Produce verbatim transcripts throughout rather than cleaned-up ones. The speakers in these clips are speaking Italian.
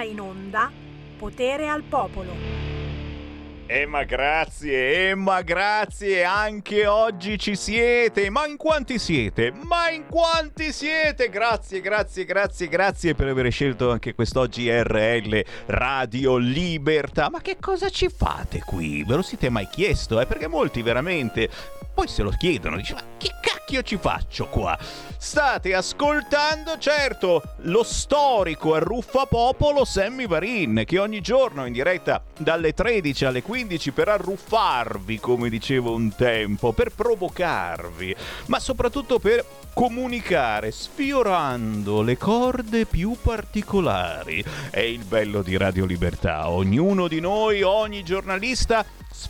ora in onda Potere al Popolo. Eh ma grazie, eh ma grazie, anche oggi ci siete, ma in quanti siete? Ma in quanti siete? Grazie, grazie, grazie, grazie per aver scelto anche quest'oggi R L Radio Libertà. Ma che cosa ci fate qui? Ve lo siete mai chiesto? Eh? Perché molti veramente poi se lo chiedono, dice ma che cacchio ci faccio qua? State ascoltando, certo, lo storico arruffapopolo Sammy Varin, che ogni giorno in diretta dalle tredici alle quindici per arruffarvi, come dicevo un tempo, per provocarvi, ma soprattutto per comunicare, sfiorando le corde più particolari. È il bello di Radio Libertà. Ognuno di noi, ogni giornalista,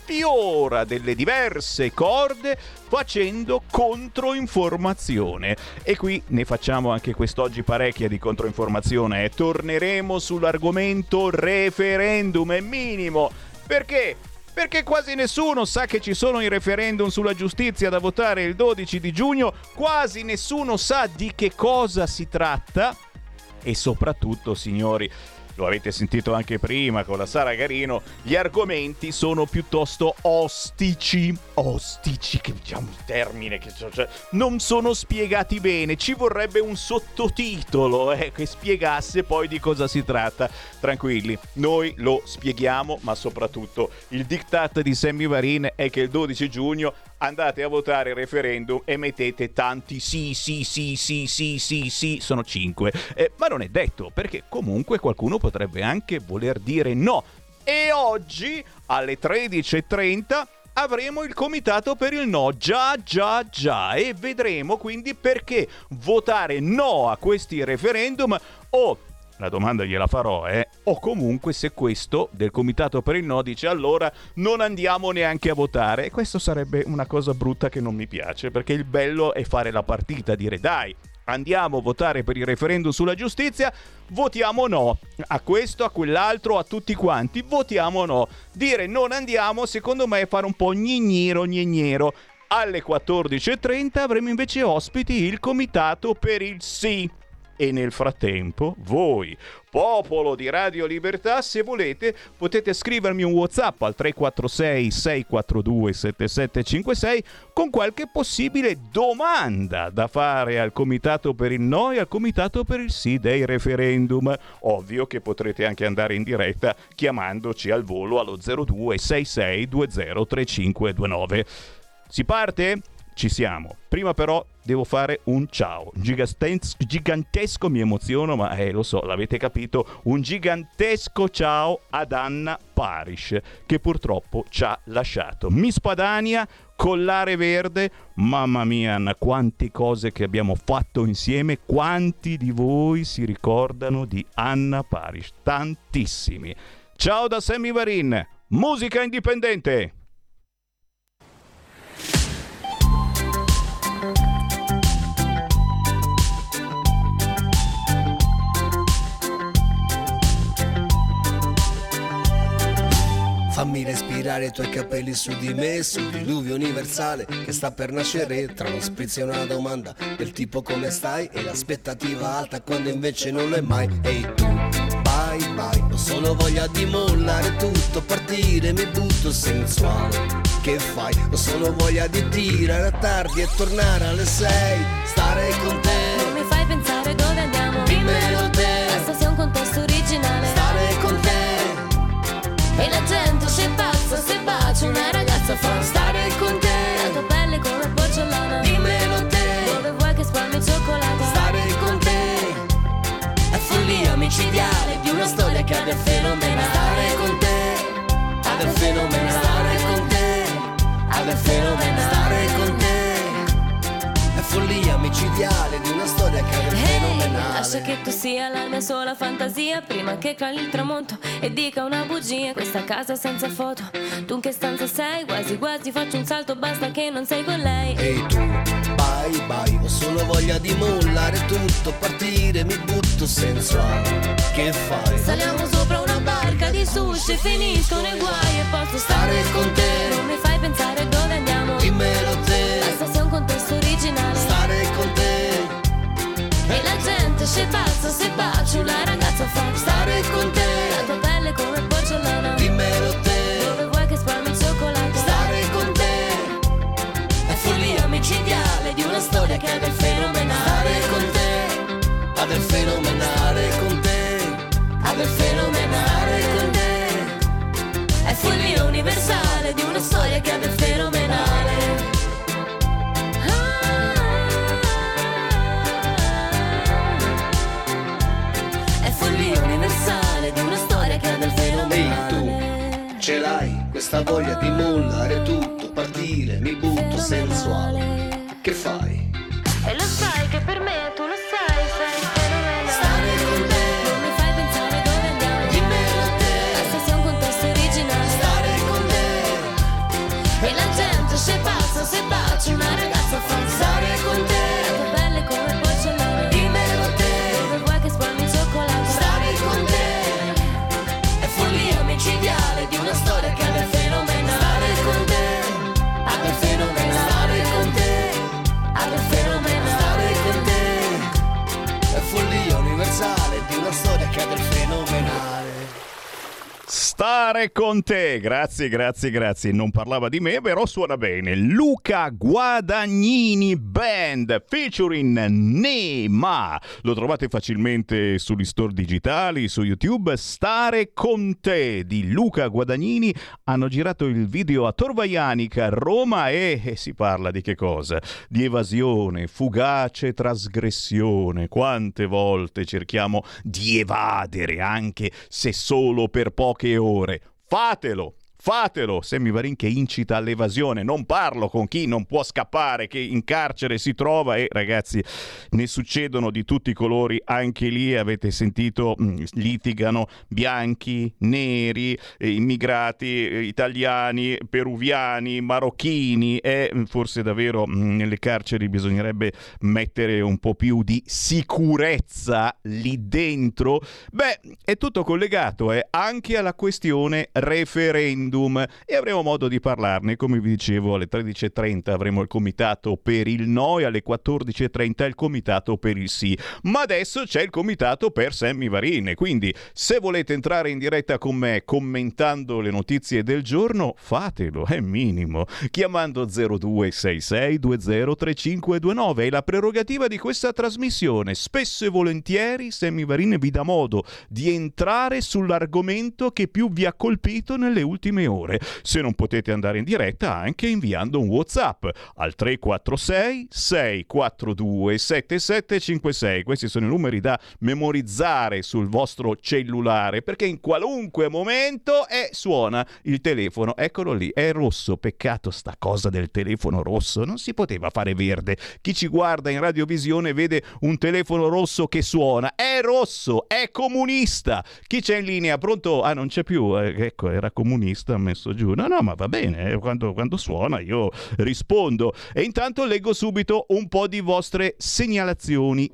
sfiora delle diverse corde facendo controinformazione. E qui ne facciamo anche quest'oggi parecchia di controinformazione. Torneremo sull'argomento referendum, è minimo. Perché? Perché quasi nessuno sa che ci sono i referendum sulla giustizia da votare il dodici di giugno, quasi nessuno sa di che cosa si tratta e soprattutto, signori, lo avete sentito anche prima con la Sara Garino, gli argomenti sono piuttosto ostici, ostici, che diciamo il termine, che cioè, non sono spiegati bene, ci vorrebbe un sottotitolo eh, che spiegasse poi di cosa si tratta. Tranquilli, noi lo spieghiamo, ma soprattutto il diktat di Sammy Varin è che il dodici giugno andate a votare il referendum e mettete tanti sì, sì, sì, sì, sì, sì, sì, sono cinque. Eh, ma non è detto, perché comunque qualcuno potrebbe anche voler dire no. E oggi alle tredici e trenta avremo il comitato per il no, già, già, già, e vedremo quindi perché votare no a questi referendum o... La domanda gliela farò, eh? O comunque se questo del comitato per il no dice allora non andiamo neanche a votare. E questo sarebbe una cosa brutta che non mi piace, perché il bello è fare la partita, dire dai, andiamo a votare per il referendum sulla giustizia, votiamo no a questo, a quell'altro, a tutti quanti, votiamo no. Dire non andiamo secondo me è fare un po' gnignero gnignero. Alle quattordici e trenta avremo invece ospiti il comitato per il sì. E nel frattempo, voi, popolo di Radio Libertà, se volete, potete scrivermi un WhatsApp al tre quattro sei sei quattro due sette sette cinque sei con qualche possibile domanda da fare al comitato per il no e al comitato per il sì dei referendum. Ovvio che potrete anche andare in diretta chiamandoci al volo allo zero due sei sei due zero tre cinque due nove. Si parte? Ci siamo. Prima però devo fare un ciao Gigantes- gigantesco, mi emoziono, ma eh, lo so, l'avete capito, un gigantesco ciao ad Anna Parish, che purtroppo ci ha lasciato. Miss Padania, collare verde, mamma mia Anna, quante cose che abbiamo fatto insieme, quanti di voi si ricordano di Anna Parish? Tantissimi. Ciao da Sammy Varin, musica indipendente. Fammi respirare i tuoi capelli su di me, sul diluvio universale che sta per nascere. Tra uno spritz e una domanda del tipo come stai, e l'aspettativa alta quando invece non lo è mai. Ehi tu, bye bye, ho solo voglia di mollare tutto, partire, mi butto sensuale. Che fai? Ho solo voglia di tirare a tardi e tornare alle sei, stare con te. Non mi fai pensare dove andiamo, dimmelo te. Questo sia un contesto originale, stare con te. E la gente si pazza se bacia una ragazza fa stare con te. La tua pelle come porcellana, dimmelo te. Dove vuoi che spalmi cioccolata, stare con te. È follia micidiale di una storia che è fenomenale. Stare con te, ad è fenomenale. Stare con te, ad è fenomenale. Stare con te. È follia micidiale di una storia che è fenomenale. Lascia che tu sia la mia sola fantasia, prima che cali il tramonto e dica una bugia. Questa casa senza foto, tu in che stanza sei? Quasi quasi faccio un salto, basta che non sei con lei. Ehi tu, bye bye, ho solo voglia di mollare tutto, partire, mi butto sensuale. Che fai? Saliamo sopra una barca di sushi, finiscono i guai e posso stare con te. Non mi fai pensare dove andiamo, dimmelo te. Questo sia un contesto originale, stare con te. E la gente gente se pazza se bacio una ragazza fa stare con te, la tua pelle come porcellana, dimmelo te, dove vuoi che spalmi il cioccolato, stare con te, è follia micidiale di una storia che è del fenomenale, stare con te, ha del fenomenale con te, ha del fenomenale con te, è follia universale di una storia che ha del fenomenale. È follia universale di una storia che ha del fenomenale. Ehi tu, ce l'hai questa voglia di mollare tutto, partire, mi butto sensuale. Che fai? E lo sai che per me tu lo sai, sei fenomenale. Stare con te, non mi fai pensare dove andiamo, dimmelo te, basta sia un contesto originale. stare con te, E la gente se pazza se bacia una ragazza fa stare con te, la tua pelle come porcellana, dimmelo te, dove vuoi che spalmi il cioccolato, stare con te, è follia micidiale di una storia che ha del fenomenale. stare con te, ha del fenomenale, stare con te, Ha del fenomenale. stare con te, è follia universale di una storia che ha del fenomenale. Stare con te, grazie, grazie, grazie. Non parlava di me, però suona bene. Luca Guadagnini Band featuring Nema. Lo trovate facilmente sugli store digitali, su YouTube. Stare con te di Luca Guadagnini. Hanno girato il video a Tor Vaianica, Roma, e, e si parla di che cosa? Di evasione, fugace trasgressione. Quante volte cerchiamo di evadere, anche se solo per poche ore. Fatelo! Fatelo, Sammy Varin che incita all'evasione. Non parlo con chi non può scappare, che in carcere si trova, e ragazzi ne succedono di tutti i colori anche lì. Avete sentito, mh, litigano bianchi, neri, eh, immigrati, eh, italiani, peruviani, marocchini, e forse davvero mh, nelle carceri bisognerebbe mettere un po' più di sicurezza lì dentro. Beh, è tutto collegato eh, anche alla questione referendum. E avremo modo di parlarne, come vi dicevo. Alle tredici e trenta avremo il comitato per il no e alle quattordici e trenta il comitato per il sì. Ma adesso c'è il comitato per Sammy Varin, quindi se volete entrare in diretta con me commentando le notizie del giorno, fatelo, è minimo, chiamando zero due sei sei due zero tre cinque due nove. È la prerogativa di questa trasmissione. Spesso e volentieri Sammy Varin vi dà modo di entrare sull'argomento che più vi ha colpito nelle ultime ore. Se non potete andare in diretta, anche inviando un WhatsApp al tre quattro sei sei quattro due sette sette cinque sei. Questi sono i numeri da memorizzare sul vostro cellulare, perché in qualunque momento eh, suona il telefono. Eccolo lì, è rosso. Peccato sta cosa del telefono rosso, non si poteva fare verde. Chi ci guarda in radiovisione vede un telefono rosso che suona, è rosso, è comunista. Chi c'è in linea? Pronto? Ah, non c'è più, eh, ecco, era comunista, ha messo giù. No, no, ma va bene, quando, quando suona io rispondo. E intanto leggo subito un po' di vostre segnalazioni,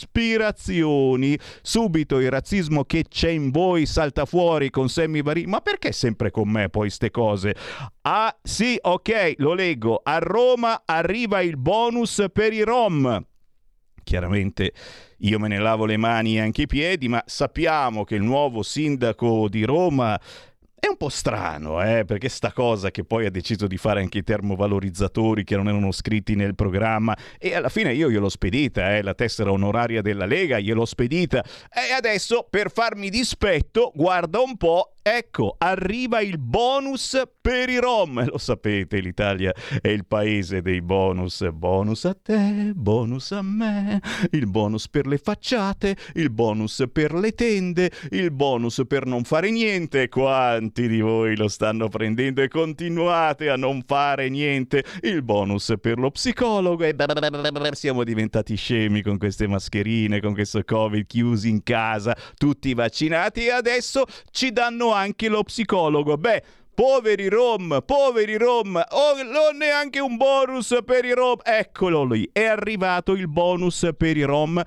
ispirazioni. Subito il razzismo che c'è in voi salta fuori con Sammy Varin. Ma perché sempre con me poi ste cose? Ah, sì, ok, lo leggo. A Roma arriva il bonus per i Rom. Chiaramente io me ne lavo le mani e anche i piedi, ma sappiamo che il nuovo sindaco di Roma è un po' strano, eh, perché sta cosa che poi ha deciso di fare anche i termovalorizzatori che non erano scritti nel programma, e alla fine io gliel'ho spedita, eh, la tessera onoraria della Lega gliel'ho spedita, e adesso per farmi dispetto, guarda un po', ecco, arriva il bonus per i Rom. Lo sapete, l'Italia è il paese dei bonus. Bonus a te, bonus a me, il bonus per le facciate, il bonus per le tende, il bonus per non fare niente. Quanti di voi lo stanno prendendo e continuate a non fare niente? Il bonus per lo psicologo. E siamo diventati scemi con queste mascherine, con questo Covid, chiusi in casa, tutti vaccinati, e adesso ci danno anche lo psicologo. Beh, poveri Rom, poveri Rom, oh, non neanche un bonus per i Rom. Eccolo lì, è arrivato il bonus per i Rom.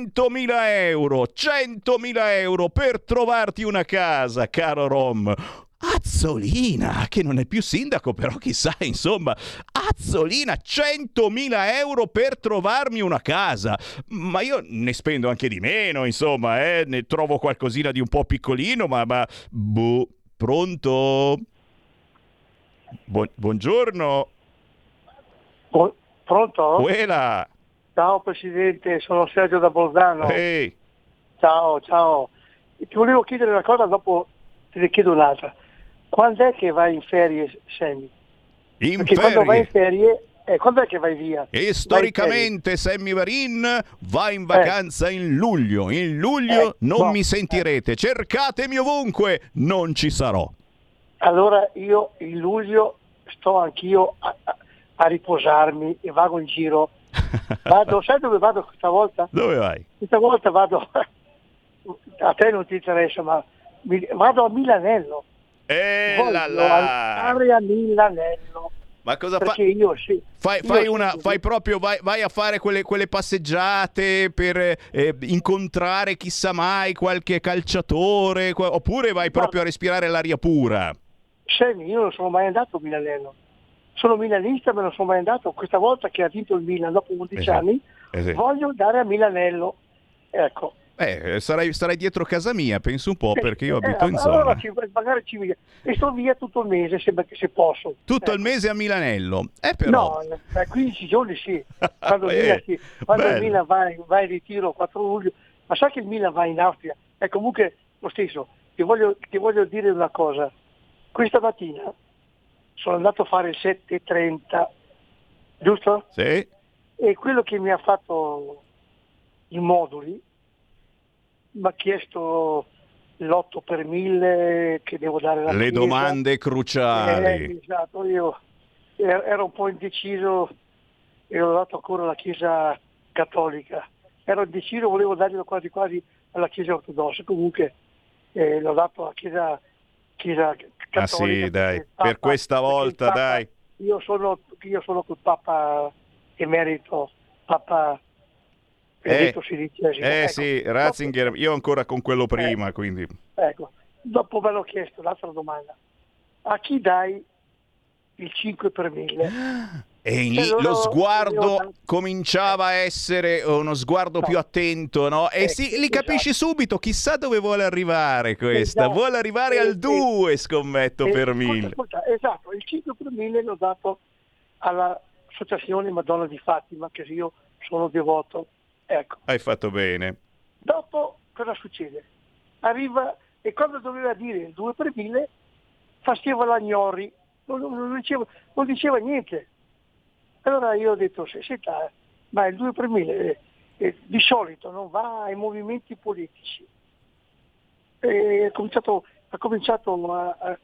centomila euro, centomila euro per trovarti una casa, caro Rom. Azzolina, che non è più sindaco, però chissà, insomma, Azzolina, centomila euro per trovarmi una casa. Ma io ne spendo anche di meno, insomma, eh, ne trovo qualcosina di un po' piccolino, ma, ma boh, pronto? Bu- buongiorno. Bu- pronto? Uela. Ciao Presidente, sono Sergio da Bolzano. Ehi. Ciao, ciao. Ti volevo chiedere una cosa, dopo te ne chiedo un'altra. Quando è che vai in ferie, Sammy? In Perché ferie. quando vai in ferie, eh, quando è che vai via? E storicamente Sammy Varin va in vacanza eh. in luglio. In luglio eh, non no. mi sentirete. Cercatemi ovunque, non ci sarò. Allora io in luglio sto anch'io a, a, a riposarmi e vado in giro. Vado, sai dove vado questa volta? Dove vai? Questa volta vado, a te non ti interessa, ma mi, vado a Milanello. Eh Voglio là là. andare a Milanello. Ma cosa perché fai? io sì. Fai, io fai sì, una, sì. fai proprio, vai, vai a fare quelle, quelle passeggiate per eh, incontrare chissà mai qualche calciatore, qua- oppure vai proprio a respirare l'aria pura? Sammy, io non sono mai andato a Milanello. Sono milanista, ma non sono mai andato. Questa volta che ha vinto il Milan dopo undici Eh sì. anni, Eh sì. voglio andare a Milanello. Ecco. Eh, sarai, sarai dietro casa mia, penso un po', perché io abito eh, in allora zona. ci, magari ci via. E sto via tutto il mese, sembra che se posso. Tutto Ecco. il mese a Milanello. Eh però... No, eh, quindici giorni sì. Quando, il Eh, Milan, sì. Quando il bello. Milan va, in- va in ritiro quattro luglio, ma sai che il Milan va in Austria? È comunque lo stesso. Ti voglio, ti voglio dire una cosa. Questa mattina sono andato a fare il sette e trenta, giusto? Sì? E quello che mi ha fatto i moduli mi ha chiesto l'otto per mille che devo dare alla Le Chiesa. domande cruciali. Eh, esatto, io er- ero un po' indeciso e l'ho dato ancora alla Chiesa Cattolica. Ero indeciso, volevo darglielo quasi quasi alla Chiesa Ortodossa, comunque eh, l'ho dato alla Chiesa, chiesa Cattolica. Ah sì, dai, perché il Papa- per questa perché il volta, Papa- dai. Io sono, io sono col Papa emerito, Papa Benedetto sedicesimo. Eh Ecco. sì, Ratzinger, io ancora con quello prima, quindi... Ecco, dopo me l'ho chiesto, l'altra domanda. A chi dai il cinque per mille? E lì Cioè, loro- lo sguardo loro- cominciava a essere uno sguardo No. più attento, no? E Eh, sì, lì esatto. capisci subito, chissà dove vuole arrivare questa. Esatto. Vuole arrivare Eh, al sì. due, scommetto, Eh, per ascolta, mille. ascolta, esatto, il cinque per mille l'ho dato all'Associazione Madonna di Fatima, che io sono devoto. Ecco. Hai fatto bene. Dopo cosa succede? Arriva e quando doveva dire il due per mille faceva la Gnori, non, non- non diceva, non diceva niente. Allora io ho detto, se- senta, ma il due per mille eh, eh, di solito non va ai movimenti politici. E ha cominciato, ha cominciato a, a-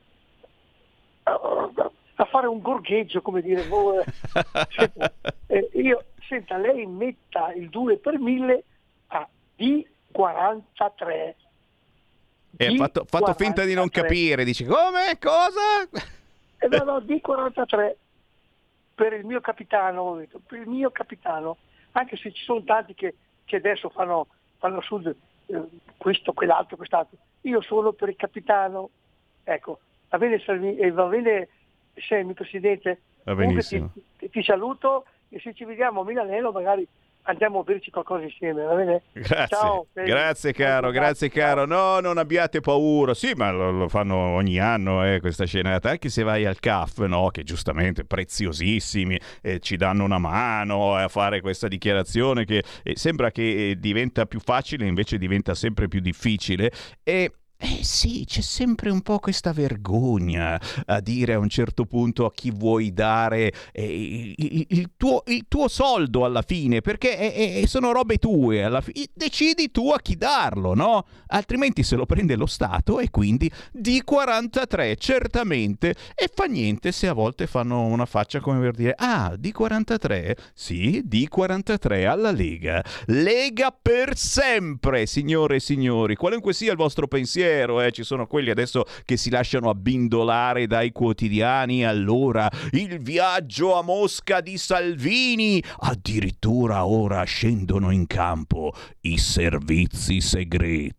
a- a fare un gorgheggio, come dire, boh, eh, senta, eh, io, senta, lei metta il due per mille a D quarantatré. E ha D fatto, fatto finta di non quarantatré. capire, dice come? Cosa? Eh, no, no, D quarantatré per il mio capitano, ho detto, per il mio capitano, anche se ci sono tanti che, che adesso fanno, fanno su eh, questo, quell'altro, quest'altro. Io sono per il capitano. Ecco, va bene, Salvi- eh, va bene, Sammy, Presidente? Va Comunque benissimo. Ti, ti- ti saluto e se ci vediamo a Milanello magari andiamo a berci qualcosa insieme, va bene? Grazie, Ciao, Sammy. grazie caro, grazie caro. No, non abbiate paura. Sì, ma lo, lo fanno ogni anno eh, questa scenata. Anche se vai al C A F, no, che giustamente preziosissimi, eh, ci danno una mano a fare questa dichiarazione che eh, sembra che eh, diventa più facile, invece diventa sempre più difficile. E eh sì, c'è sempre un po' questa vergogna a dire a un certo punto a chi vuoi dare eh, il, il- il tuo, il tuo soldo alla fine, perché è- è- sono robe tue, alla fi- decidi tu a chi darlo, no? Altrimenti se lo prende lo Stato e quindi D quarantatré certamente, e fa niente se a volte fanno una faccia come per dire ah, D quarantatré? Sì, D quarantatré alla Lega. Lega per sempre, signore e signori, qualunque sia il vostro pensiero. Eh, ci sono quelli adesso che si lasciano abbindolare dai quotidiani. Allora, il viaggio a Mosca di Salvini, addirittura ora scendono in campo i servizi segreti.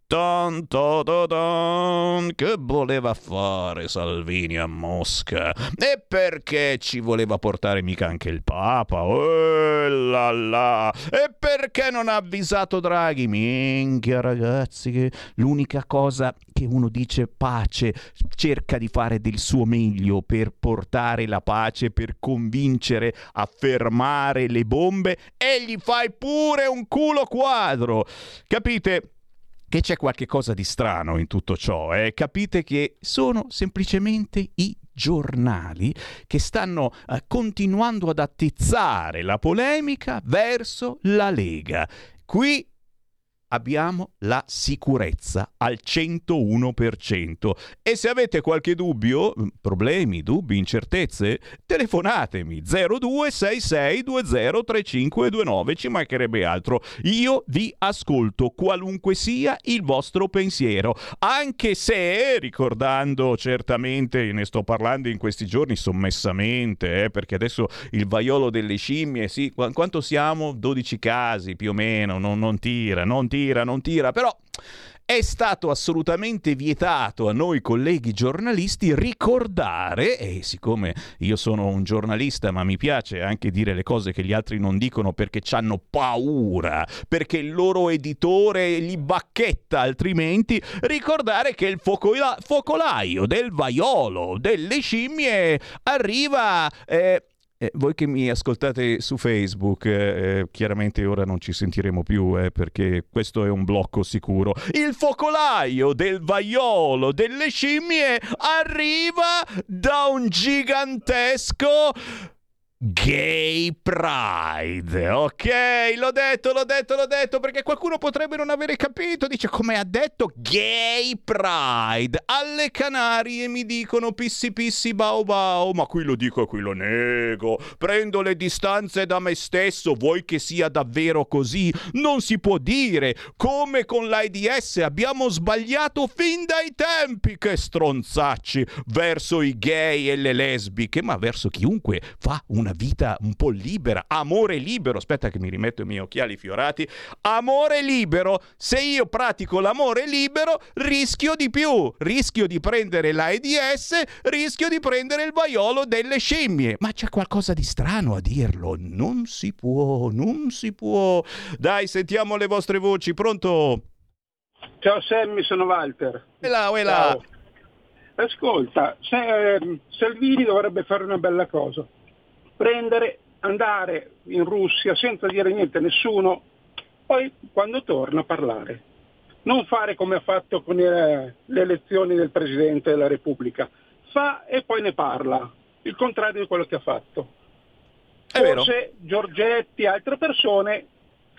Ton, to, to, ton. Che voleva fare Salvini a Mosca? E perché ci voleva portare mica anche il Papa? Oh là là. E perché non ha avvisato Draghi? Minchia ragazzi, che l'unica cosa che uno dice pace, cerca di fare del suo meglio per portare la pace, per convincere a fermare le bombe, e gli fai pure un culo quadro. Capite che c'è qualche cosa di strano in tutto ciò, eh? Capite che sono semplicemente i giornali che stanno eh, continuando ad attizzare la polemica verso la Lega. Qui abbiamo la sicurezza al centouno per cento, e se avete qualche dubbio, problemi, dubbi, incertezze, telefonatemi zero due sei sei due zero tre cinque due nove, ci mancherebbe altro. Io vi ascolto qualunque sia il vostro pensiero, anche se, ricordando certamente, ne sto parlando in questi giorni sommessamente, eh, perché adesso il vaiolo delle scimmie, sì, qu- quanto siamo? dodici casi più o meno, non, non tira, non tira tira, non tira, però è stato assolutamente vietato a noi colleghi giornalisti ricordare, e siccome io sono un giornalista ma mi piace anche dire le cose che gli altri non dicono perché c'hanno paura, perché il loro editore li bacchetta altrimenti, ricordare che il focola- focolaio del vaiolo delle scimmie arriva... Eh, Eh, voi che mi ascoltate su Facebook, eh, chiaramente ora non ci sentiremo più, eh, perché questo è un blocco sicuro. Il focolaio del vaiolo delle scimmie arriva da un gigantesco Gay Pride. Ok, l'ho detto, l'ho detto, l'ho detto, perché qualcuno potrebbe non avere capito. Dice, come ha detto, Gay Pride. Alle Canarie mi dicono pissi pissi bau bau, ma qui lo dico e qui lo nego. Prendo le distanze da me stesso. Vuoi che sia davvero così? Non si può dire. Come con l'AIDS abbiamo sbagliato fin dai tempi. Che stronzacci verso i gay e le lesbiche, ma verso chiunque fa una una vita un po' libera, amore libero. Aspetta che mi rimetto i miei occhiali fiorati. Amore libero. Se io pratico l'amore libero, rischio di più, rischio di prendere l'AIDS, rischio di prendere il vaiolo delle scimmie. Ma c'è qualcosa di strano a dirlo. Non si può, non si può. Dai, sentiamo le vostre voci. Pronto? Ciao Sammy, sono Walter. E là, e là. Ascolta, se, eh, Salvini dovrebbe fare una bella cosa. Prendere, andare in Russia senza dire niente a nessuno, poi quando torna parlare. Non fare come ha fatto con le, le elezioni del Presidente della Repubblica. Fa e poi ne parla. Il contrario di quello che ha fatto. È forse vero. Giorgetti e altre persone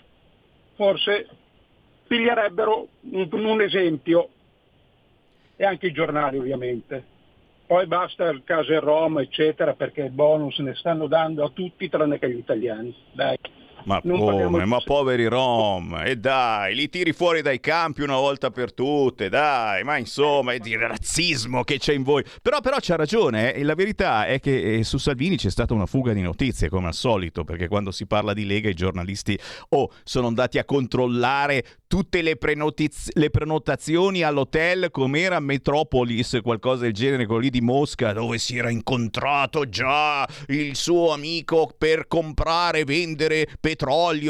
forse piglierebbero un, un esempio, e anche i giornali ovviamente. Poi basta il caso in Roma, eccetera, perché il bonus ne stanno dando a tutti tranne che agli italiani. Dai. Ma Non come? parliamo di- Ma poveri Rom, e dai, li tiri fuori dai campi una volta per tutte, dai, ma insomma, è di razzismo che c'è in voi. Però, però c'ha ragione, eh? E la verità è che eh, su Salvini c'è stata una fuga di notizie, come al solito, perché quando si parla di Lega i giornalisti oh, sono andati a controllare tutte le, prenotiz- le prenotazioni all'hotel, com'era Metropolis, qualcosa del genere, quello lì di Mosca, dove si era incontrato già il suo amico per comprare e vendere petrolio,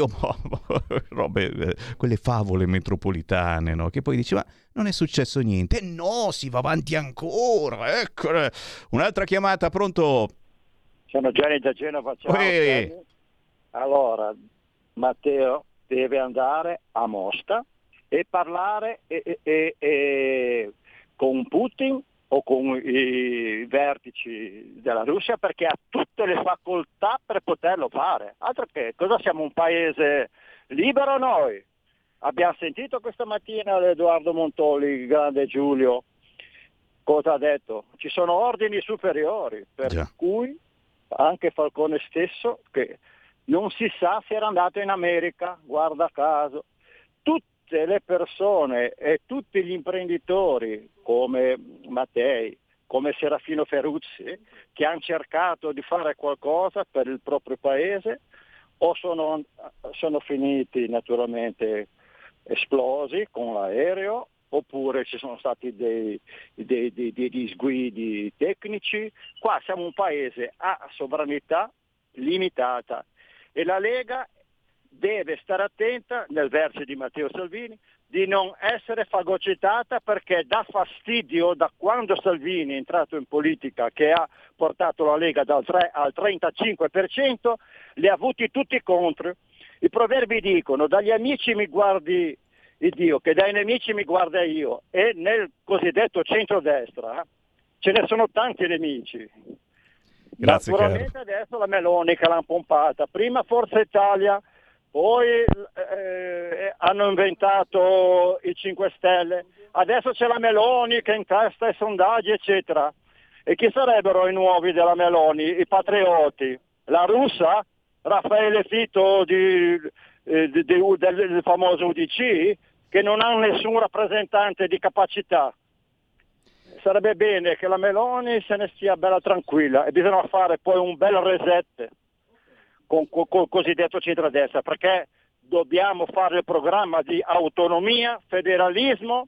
robe, quelle favole metropolitane, no? Che poi dice, ma non è successo niente. No, si va avanti ancora. Ecco, un'altra chiamata, pronto? Sono Gianni da Genova, ciao. Uè. Gianni. Allora, Matteo deve andare a Mosca e parlare e, e, e, e con Putin o con i vertici della Russia, perché ha tutte le facoltà per poterlo fare. Altro che, cosa siamo, un paese libero noi? Abbiamo sentito questa mattina Edoardo Montoli, il grande Giulio, cosa ha detto? Ci sono ordini superiori, per Già. cui anche Falcone stesso, che non si sa se era andato in America, guarda caso. Tutte le persone e tutti gli imprenditori come Mattei, come Serafino Ferruzzi, che hanno cercato di fare qualcosa per il proprio paese, o sono, sono finiti naturalmente esplosi con l'aereo, oppure ci sono stati dei, dei, dei, dei disguidi tecnici. Qua siamo un paese a sovranità limitata e la Lega deve stare attenta, nel verso di Matteo Salvini, di non essere fagocitata, perché dà fastidio da quando Salvini è entrato in politica, che ha portato la Lega dal tre al trentacinque per cento, li ha avuti tutti contro. I proverbi dicono: dagli amici mi guardi il Dio, che dai nemici mi guarda io. E nel cosiddetto centrodestra ce ne sono tanti nemici. Grazie, naturalmente caro. Adesso la Meloni che l'ha pompata, prima Forza Italia, poi eh, hanno inventato i cinque Stelle, adesso c'è la Meloni che incasta i sondaggi eccetera. E chi sarebbero i nuovi della Meloni? I patrioti? La russa? Raffaele Fitto di, eh, di, di, del, del famoso U D C, che non ha nessun rappresentante di capacità. Sarebbe bene che la Meloni se ne stia bella tranquilla, e bisogna fare poi un bel reset con, con, con il cosiddetto centrodestra, perché dobbiamo fare il programma di autonomia, federalismo,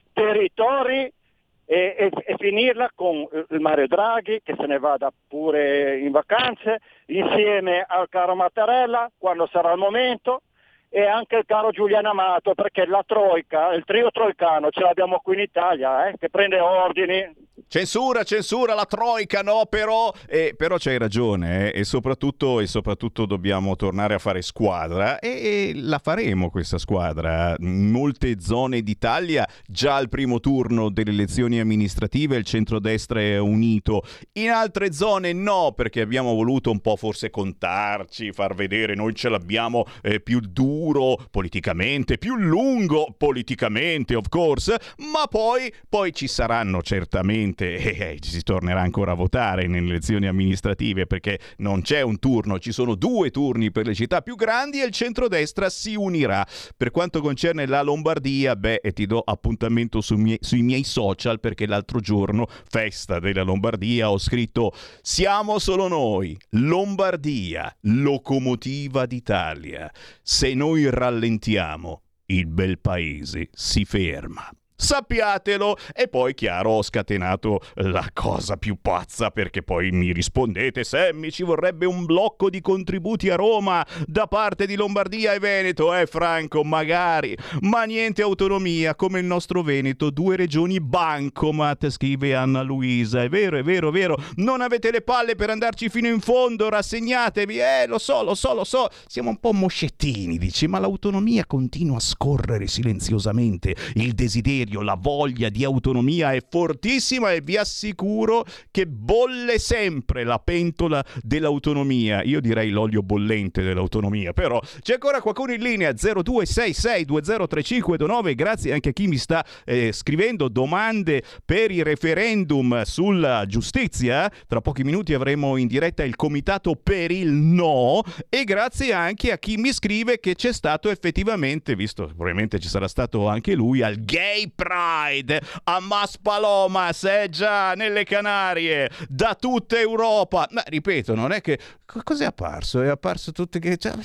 territori e, e, e finirla con il Mario Draghi che se ne vada pure in vacanze insieme al caro Mattarella quando sarà il momento, e anche il caro Giuliano Amato, perché la troica, il trio troicano ce l'abbiamo qui in Italia, eh, che prende ordini. Censura, censura, la troica, no, però, eh, però c'hai ragione, eh, e soprattutto, e soprattutto dobbiamo tornare a fare squadra, e, e la faremo questa squadra. In molte zone d'Italia già al primo turno delle elezioni amministrative il centrodestra è unito, in altre zone no, perché abbiamo voluto un po' forse contarci, far vedere noi ce l'abbiamo eh, più duro politicamente, più lungo politicamente, of course, ma poi, poi ci saranno certamente e eh, ci si tornerà ancora a votare nelle elezioni amministrative, perché non c'è un turno, ci sono due turni per le città più grandi e il centrodestra si unirà. Per quanto concerne la Lombardia, beh, e ti do appuntamento su mie, sui miei social, perché l'altro giorno, festa della Lombardia, ho scritto: siamo solo noi, Lombardia, locomotiva d'Italia. Se noi rallentiamo, il bel paese si ferma. Sappiatelo. E poi chiaro ho scatenato la cosa più pazza, perché poi mi rispondete: Sammy, ci vorrebbe un blocco di contributi a Roma da parte di Lombardia e Veneto. Eh Franco, magari, ma niente autonomia come il nostro Veneto, due regioni bancomat, scrive Anna Luisa. È vero, è vero, è vero, non avete le palle per andarci fino in fondo, rassegnatevi. Eh lo so, lo so, lo so, siamo un po' moscettini, dici, ma l'autonomia continua a scorrere silenziosamente, il desiderio, la voglia di autonomia è fortissima, e vi assicuro che bolle sempre la pentola dell'autonomia. Io direi l'olio bollente dell'autonomia, però c'è ancora qualcuno in linea. Zero due sei sei due zero tre cinque due nove. Grazie anche a chi mi sta eh, scrivendo domande per i referendum sulla giustizia. Tra pochi minuti avremo in diretta il comitato per il no, e grazie anche a chi mi scrive che c'è stato effettivamente, visto che probabilmente ci sarà stato anche lui, al Gay Pride a Maspalomas, eh già, nelle Canarie, da tutta Europa. Ma ripeto, non è che cos'è apparso? È apparso tutte che cioè,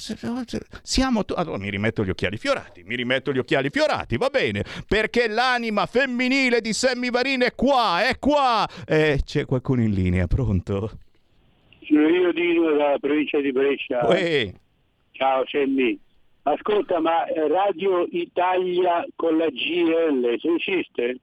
siamo tu... allora mi rimetto gli occhiali fiorati, mi rimetto gli occhiali fiorati, va bene, perché l'anima femminile di Sammy Varin è qua, è qua. Eh, c'è qualcuno in linea, pronto? Sono io Dino dalla provincia di Brescia. Uè. Ciao Sammy. Ascolta, ma Radio Italia con la G L esiste?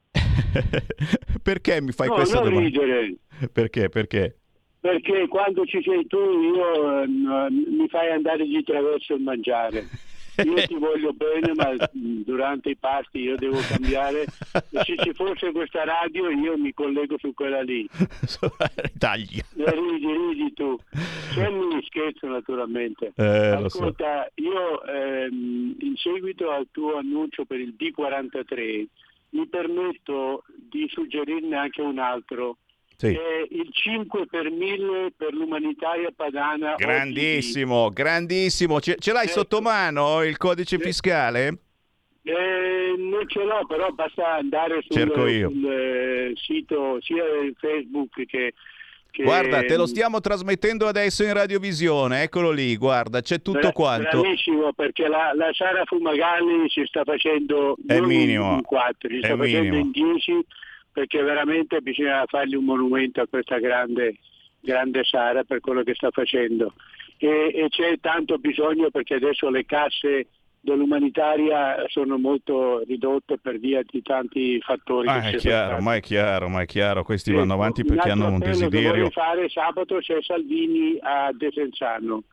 Perché mi fai no, questa non domanda? Ridere. Perché? Perché? Perché quando ci sei tu io eh, mi fai andare di traverso il mangiare. Io ti voglio bene, ma durante i pasti io devo cambiare. Se ci fosse questa radio io mi collego su quella lì. Taglia. Ridi, ridi tu. C'è un scherzo naturalmente. Eh, Ascolta, so. io ehm, in seguito al tuo annuncio per il D quarantatré mi permetto di suggerirne anche un altro. Sì. È il cinque per mille per l'umanitaria padana. Grandissimo, grandissimo. Ce, ce l'hai eh, sotto mano il codice eh, fiscale? Eh, non ce l'ho, però basta andare sul, Cerco io. sul eh, sito sia Facebook che Che... Guarda, te lo stiamo trasmettendo adesso in radiovisione, eccolo lì, guarda, c'è tutto Bra- quanto. Bravissimo, perché la, la Sara Fumagalli si sta facendo È non minimo. in quattro, si È sta facendo minimo. in dieci, perché veramente bisogna fargli un monumento a questa grande, grande Sara per quello che sta facendo. E, e c'è tanto bisogno, perché adesso le casse dell'umanitaria sono molto ridotte per via di tanti fattori. Ah, che è si chiaro, sono ma è chiaro, ma è chiaro, questi Ecco, vanno avanti perché altro hanno un appello che desiderio. vorrei fare sabato c'è Salvini a Desenzano.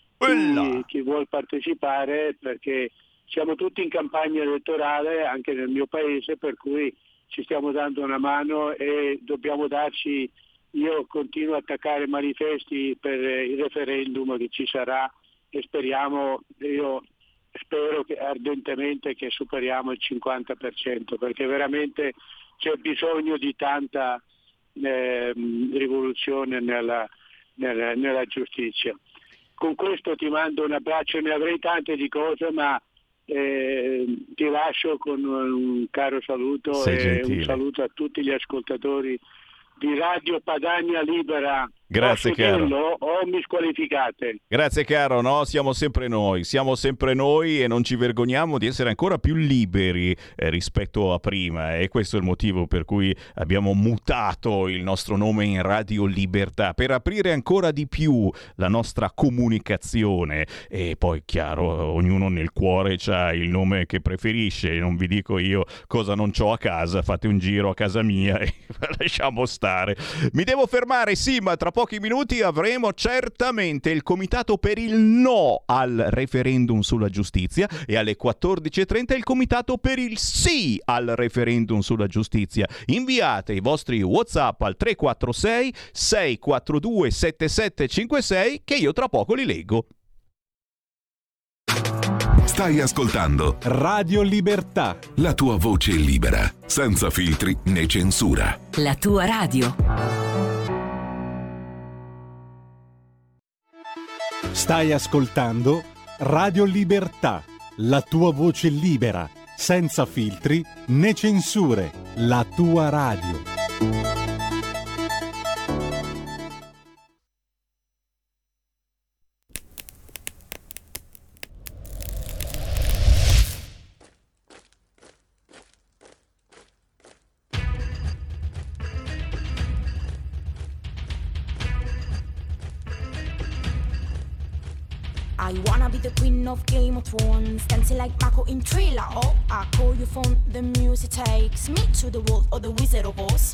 Chi, chi vuol partecipare, perché siamo tutti in campagna elettorale anche nel mio paese, per cui ci stiamo dando una mano e dobbiamo darci. Io continuo a attaccare manifesti per il referendum che ci sarà e speriamo, io spero che ardentemente che superiamo il cinquanta per cento, perché veramente c'è bisogno di tanta eh, rivoluzione nella, nella, nella giustizia. Con questo ti mando un abbraccio, ne avrei tante di cose, ma eh, ti lascio con un caro saluto. Sei e gentile. un saluto a tutti gli ascoltatori di Radio Padania Libera. Grazie, Posso caro. dirlo o mi squalificate? Grazie caro, no, siamo sempre noi, siamo sempre noi e non ci vergogniamo di essere ancora più liberi eh, rispetto a prima, e questo è il motivo per cui abbiamo mutato il nostro nome in Radio Libertà, per aprire ancora di più la nostra comunicazione. E poi chiaro, ognuno nel cuore c'ha il nome che preferisce, non vi dico io cosa non c'ho a casa, fate un giro a casa mia e lasciamo stare. Mi devo fermare, sì, ma tra pochi minuti avremo certamente il comitato per il no al referendum sulla giustizia e alle quattordici e trenta il comitato per il sì al referendum sulla giustizia. Inviate i vostri WhatsApp al tre quattro sei sei quattro due sette sette cinque sei che io tra poco li leggo. Stai ascoltando Radio Libertà, la tua voce libera, senza filtri né censura. La tua radio. Stai ascoltando Radio Libertà, la tua voce libera, senza filtri né censure, la tua radio. I wanna be the queen of Game of Thrones, dancing like Mako in Thriller. Oh, I call your phone, the music takes me to the world of the Wizard of Oz.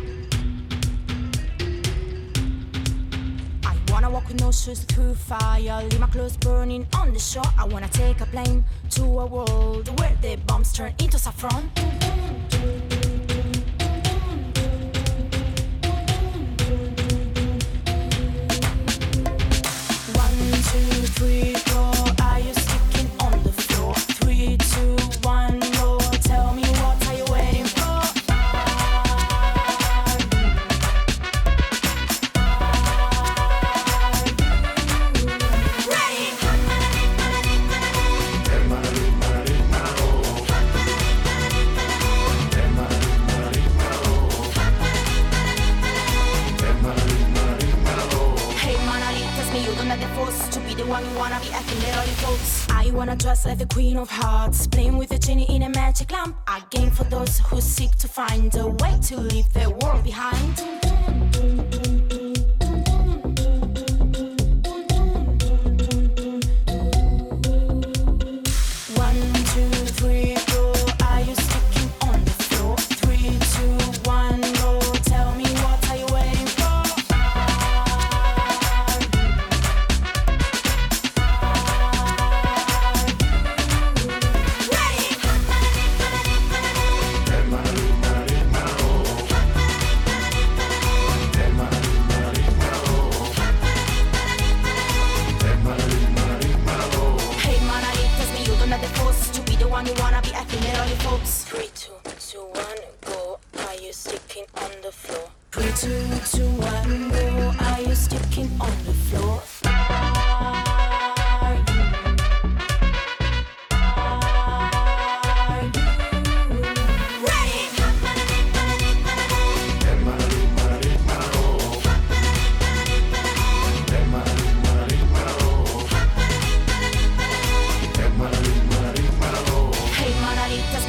I wanna walk with no shoes through fire, leave my clothes burning on the shore. I wanna take a plane to a world where the bombs turn into saffron. Two, three, four, are you sticking on the floor? Three, two, one, go. Tell me what are you waiting for? Ready? Hey Monolith, test me you don't have the force to be the one you wanna be acting little folks. I wanna dress like the queen of hearts, playing with a genie in a magic lamp. A game for those who seek to find a way to leave the world behind. One, two, three, go. Are you sticking on the floor? Three, two, one, go. Tell me what are you waiting for? Hey Monolith, test me you don't have the force to be the one you wanna be acting it all you folks. Three, two, two, one, go. Are you sticking on the floor? Three, two, two, one, go. Are you sticking on the floor? Are you? Are you ready?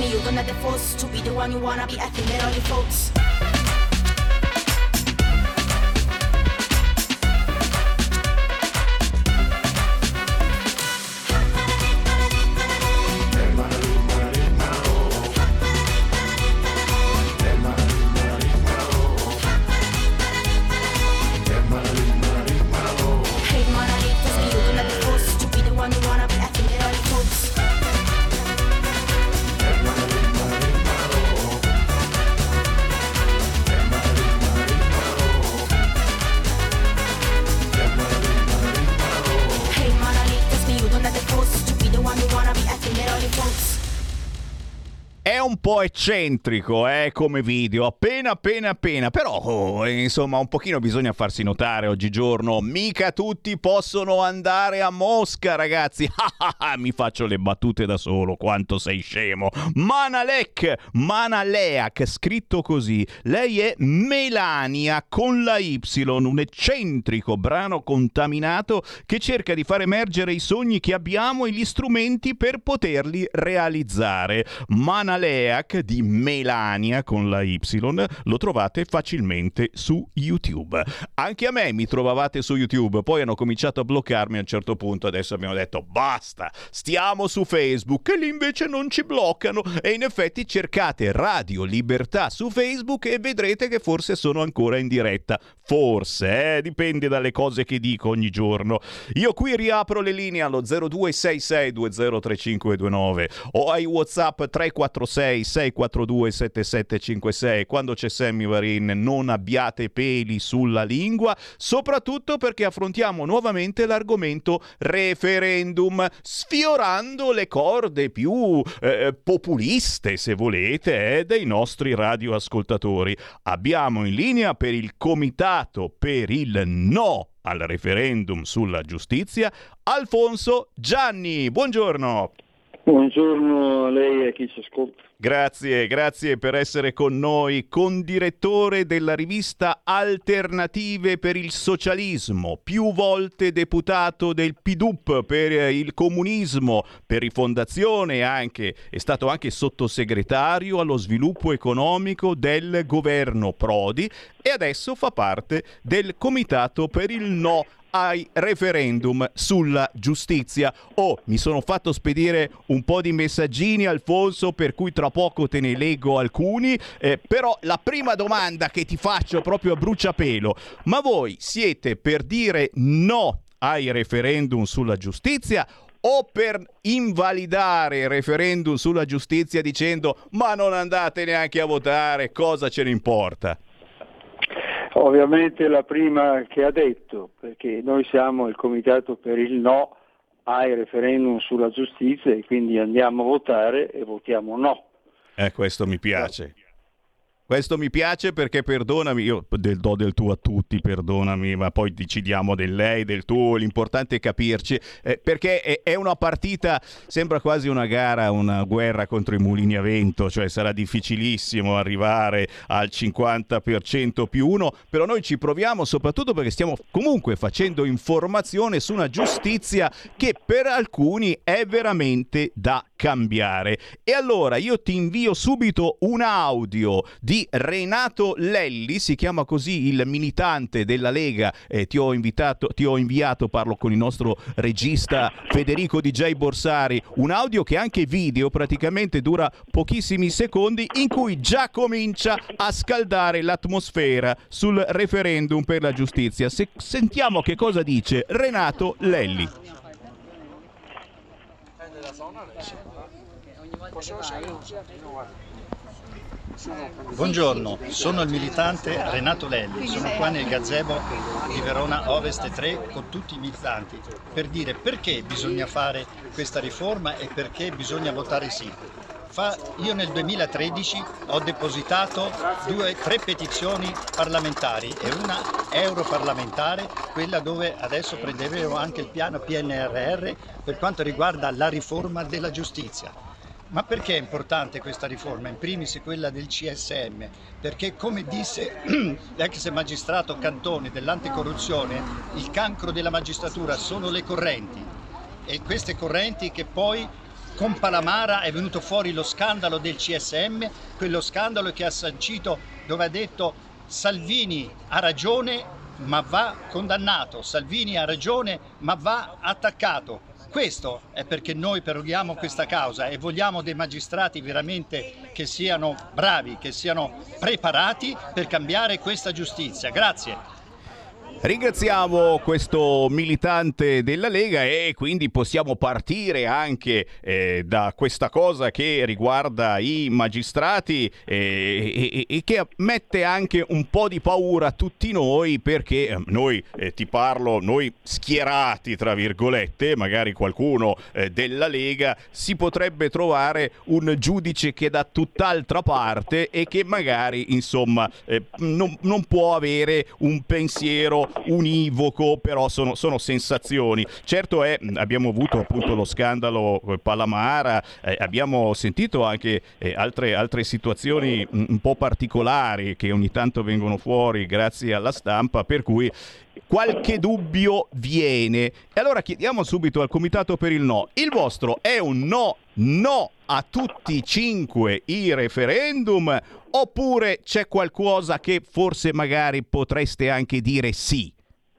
me, you don't have the force to be the one you wanna be. I think that all you folks. È un po' eccentrico, eh, come video, appena appena appena, però oh, insomma un pochino bisogna farsi notare oggigiorno. Mica tutti possono andare a Mosca, ragazzi. Mi faccio le battute da solo, quanto sei scemo. Manalek, Manaleak, scritto così. Lei è Melania con la Y, un eccentrico brano contaminato che cerca di far emergere i sogni che abbiamo e gli strumenti per poterli realizzare. Manaleak di Melania con la Y lo trovate facilmente su YouTube. Anche a me mi trovavate su YouTube, poi hanno cominciato a bloccarmi a un certo punto. Adesso abbiamo detto basta, stiamo su Facebook, e lì invece non ci bloccano. E in effetti cercate Radio Libertà su Facebook e vedrete che forse sono ancora in diretta. Forse, eh, dipende dalle cose che dico ogni giorno. Io qui riapro le linee allo zero due sei sei due zero tre cinque due nove o ai WhatsApp tre quattro sei sei quattro due sette sette cinque sei. Quando c'è Sammy Varin non abbiate peli sulla lingua, soprattutto perché affrontiamo nuovamente l'argomento referendum, sfiorando le corde più eh, populiste, se volete, eh, dei nostri radioascoltatori. Abbiamo in linea per il comitato per il no al referendum sulla giustizia Alfonso Gianni. Buongiorno. Buongiorno a lei e a chi ci ascolta. Grazie, grazie per essere con noi, condirettore della rivista Alternative per il Socialismo, più volte deputato del P D U P per il comunismo, per Rifondazione anche, è stato anche sottosegretario allo sviluppo economico del governo Prodi e adesso fa parte del comitato per il no ai referendum sulla giustizia. Oh, mi sono fatto spedire un po' di messaggini, Alfonso, per cui tra poco te ne leggo alcuni, eh, però la prima domanda che ti faccio proprio a bruciapelo: ma voi siete per dire no ai referendum sulla giustizia o per invalidare il referendum sulla giustizia dicendo ma non andate neanche a votare, cosa ce ne importa? Ovviamente la prima che ha detto, perché noi siamo il comitato per il no ai referendum sulla giustizia e quindi andiamo a votare e votiamo no. Eh, questo mi piace. Questo mi piace perché, perdonami, io del do del tu a tutti, perdonami, ma poi decidiamo del lei, del tu, l'importante è capirci, eh, perché è, è una partita, sembra quasi una gara, una guerra contro i mulini a vento, cioè sarà difficilissimo arrivare al cinquanta per cento più uno, però noi ci proviamo soprattutto perché stiamo comunque facendo informazione su una giustizia che per alcuni è veramente da cambiare. E allora io ti invio subito un audio di Renato Lelli, si chiama così il militante della Lega, eh, ti ho invitato, ti ho inviato, parlo con il nostro regista Federico D J Borsari, un audio che è anche video, praticamente dura pochissimi secondi, in cui già comincia a scaldare l'atmosfera sul referendum per la giustizia. Se, sentiamo che cosa dice Renato Lelli. Buongiorno, sono il militante Renato Lelli, sono qua nel gazebo di Verona Ovest tre con tutti i militanti per dire perché bisogna fare questa riforma e perché bisogna votare sì. Fa, io nel duemilatredici ho depositato due, tre petizioni parlamentari e una europarlamentare, quella dove adesso prendevo anche il piano P N R R per quanto riguarda la riforma della giustizia. Ma perché è importante questa riforma? In primis quella del C S M, perché come disse l'ex magistrato Cantone dell'anticorruzione, il cancro della magistratura sono le correnti e queste correnti che poi con Palamara è venuto fuori lo scandalo del C S M, quello scandalo che ha sancito, dove ha detto Salvini ha ragione ma va condannato, Salvini ha ragione ma va attaccato. Questo è perché noi perughiamo questa causa e vogliamo dei magistrati veramente che siano bravi, che siano preparati per cambiare questa giustizia. Grazie. Ringraziamo questo militante della Lega e quindi possiamo partire anche eh, da questa cosa che riguarda i magistrati eh, e, e che mette anche un po' di paura a tutti noi, perché eh, noi, eh, ti parlo, noi schierati tra virgolette, magari qualcuno eh, della Lega, si potrebbe trovare un giudice che da tutt'altra parte e che magari insomma eh, non, non può avere un pensiero univoco, però sono, sono sensazioni. Certo è, abbiamo avuto appunto lo scandalo Palamara, eh, abbiamo sentito anche eh, altre, altre situazioni un, un po' particolari che ogni tanto vengono fuori grazie alla stampa, per cui qualche dubbio viene. E allora chiediamo subito al Comitato per il No: il vostro è un no, no a tutti e cinque i referendum, oppure c'è qualcosa che forse magari potreste anche dire sì?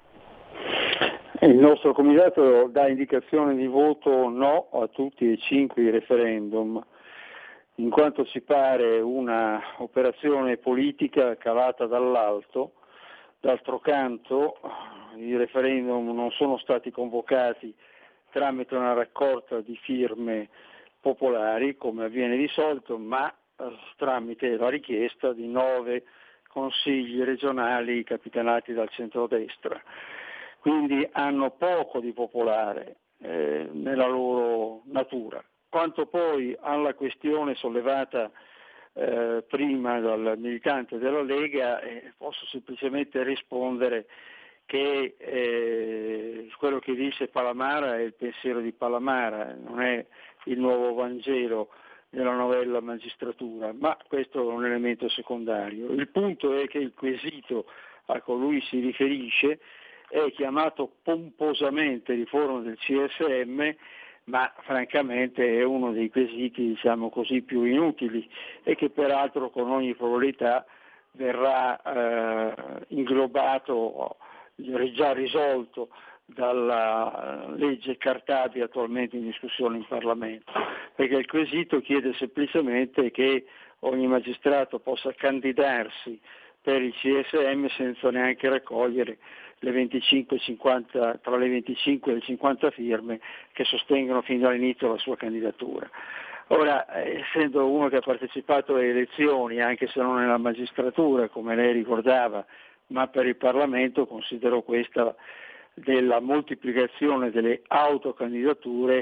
Il nostro comitato dà indicazione di voto no a tutti e cinque i referendum, in quanto ci pare una operazione politica calata dall'alto. D'altro canto i referendum non sono stati convocati tramite una raccolta di firme popolari come avviene di solito, ma tramite la richiesta di nove consigli regionali capitanati dal centrodestra. Quindi hanno poco di popolare eh, nella loro natura. Quanto poi alla questione sollevata eh, prima dal militante della Lega, eh, posso semplicemente rispondere che eh, quello che dice Palamara è il pensiero di Palamara, non è il nuovo Vangelo della novella magistratura, ma questo è un elemento secondario. Il punto è che il quesito a cui si riferisce è chiamato pomposamente riforma del C S M, ma francamente è uno dei quesiti, diciamo così, più inutili e che peraltro con ogni probabilità verrà eh, inglobato, già risolto dalla legge Cartabia attualmente in discussione in Parlamento, perché il quesito chiede semplicemente che ogni magistrato possa candidarsi per il C S M senza neanche raccogliere le venticinque cinquanta, tra le venticinque e le cinquanta firme che sostengono fin dall'inizio la sua candidatura. Ora, essendo uno che ha partecipato alle elezioni, anche se non nella magistratura, come lei ricordava, ma per il Parlamento, considero questa della moltiplicazione delle autocandidature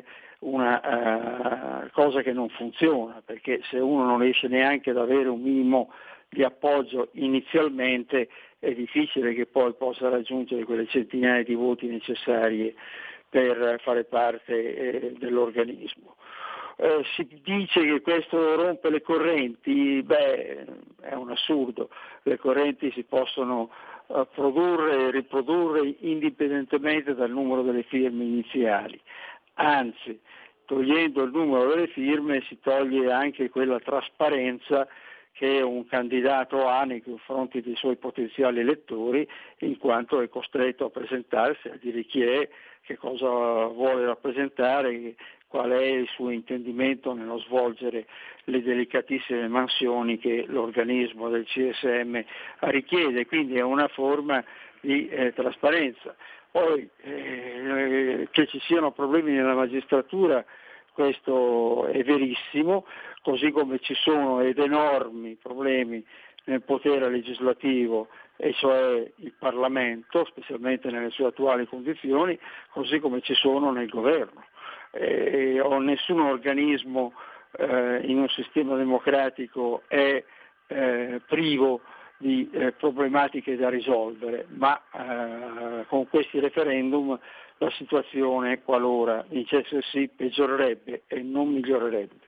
una uh, cosa che non funziona, perché se uno non riesce neanche ad avere un minimo di appoggio inizialmente, è difficile che poi possa raggiungere quelle centinaia di voti necessarie per fare parte eh, dell'organismo. Eh, si dice che questo rompe le correnti, beh, è un assurdo. Le correnti si possono uh, produrre e riprodurre indipendentemente dal numero delle firme iniziali, anzi, togliendo il numero delle firme si toglie anche quella trasparenza che un candidato ha nei confronti dei suoi potenziali elettori, in quanto è costretto a presentarsi, a dire chi è, che cosa vuole rappresentare, qual è il suo intendimento nello svolgere le delicatissime mansioni che l'organismo del C S M richiede, quindi è una forma di eh, trasparenza. Poi eh, che ci siano problemi nella magistratura, questo è verissimo, così come ci sono ed enormi problemi nel potere legislativo, e cioè il Parlamento, specialmente nelle sue attuali condizioni, così come ci sono nel governo. Eh, o nessun organismo eh, in un sistema democratico è eh, privo di eh, problematiche da risolvere, ma eh, con questi referendum la situazione, qualora vincesse il sì, peggiorerebbe e non migliorerebbe.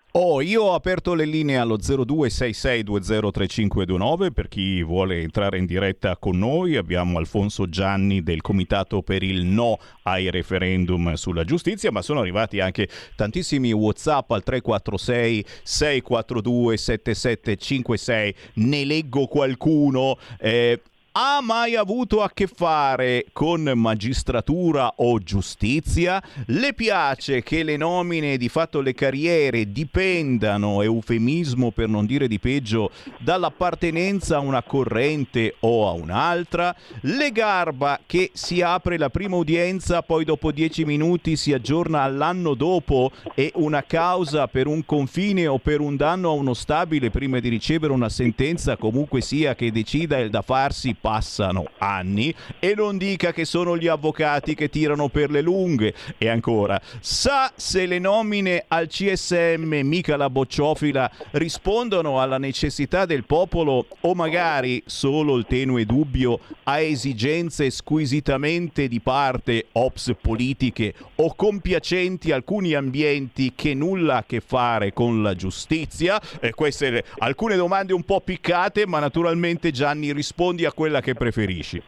Oh, io ho aperto le linee allo zero due sei sei due zero tre cinque due nove per chi vuole entrare in diretta con noi. Abbiamo Alfonso Gianni del Comitato per il No ai referendum sulla giustizia, ma sono arrivati anche tantissimi WhatsApp al tre quattro sei sei quattro due sette sette cinque sei. Ne leggo qualcuno. Eh, Ha mai avuto a che fare con magistratura o giustizia? Le piace che le nomine, di fatto le carriere, dipendano, eufemismo per non dire di peggio, dall'appartenenza a una corrente o a un'altra? Le garba che si apre la prima udienza, poi dopo dieci minuti si aggiorna all'anno dopo e una causa per un confine o per un danno a uno stabile prima di ricevere una sentenza, comunque sia che decida il da farsi, passano anni. E non dica che sono gli avvocati che tirano per le lunghe. E ancora, sa se le nomine al C S M, mica la bocciofila, rispondono alla necessità del popolo o magari, solo il tenue dubbio, a esigenze squisitamente di parte, ops politiche o compiacenti alcuni ambienti che nulla a che fare con la giustizia? E queste alcune domande un po' piccate, ma naturalmente Gianni rispondi a quella che preferisci.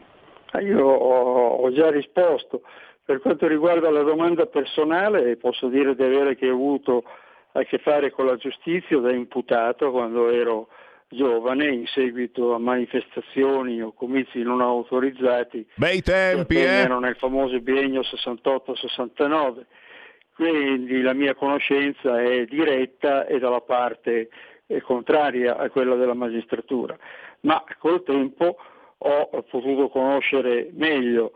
Io ho, ho già risposto. Per quanto riguarda la domanda personale, posso dire di avere che ho avuto a che fare con la giustizia da imputato quando ero giovane, in seguito a manifestazioni o comizi non autorizzati. Bei tempi, che eh? Erano nel famoso biennio sessantotto sessantanove. Quindi la mia conoscenza è diretta e dalla parte eh, contraria a quella della magistratura. Ma col tempo ho potuto conoscere meglio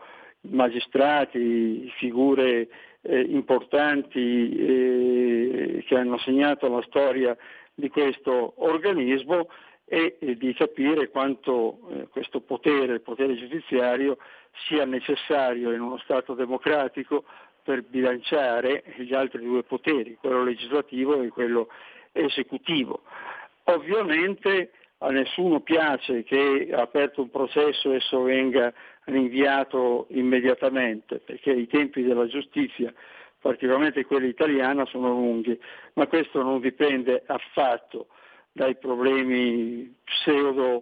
magistrati, figure eh, importanti eh, che hanno segnato la storia di questo organismo e, e di capire quanto eh, questo potere, il potere giudiziario, sia necessario in uno Stato democratico per bilanciare gli altri due poteri, quello legislativo e quello esecutivo. Ovviamente a nessuno piace che aperto un processo esso venga rinviato immediatamente, perché i tempi della giustizia, particolarmente quella italiana, sono lunghi, ma questo non dipende affatto dai problemi pseudo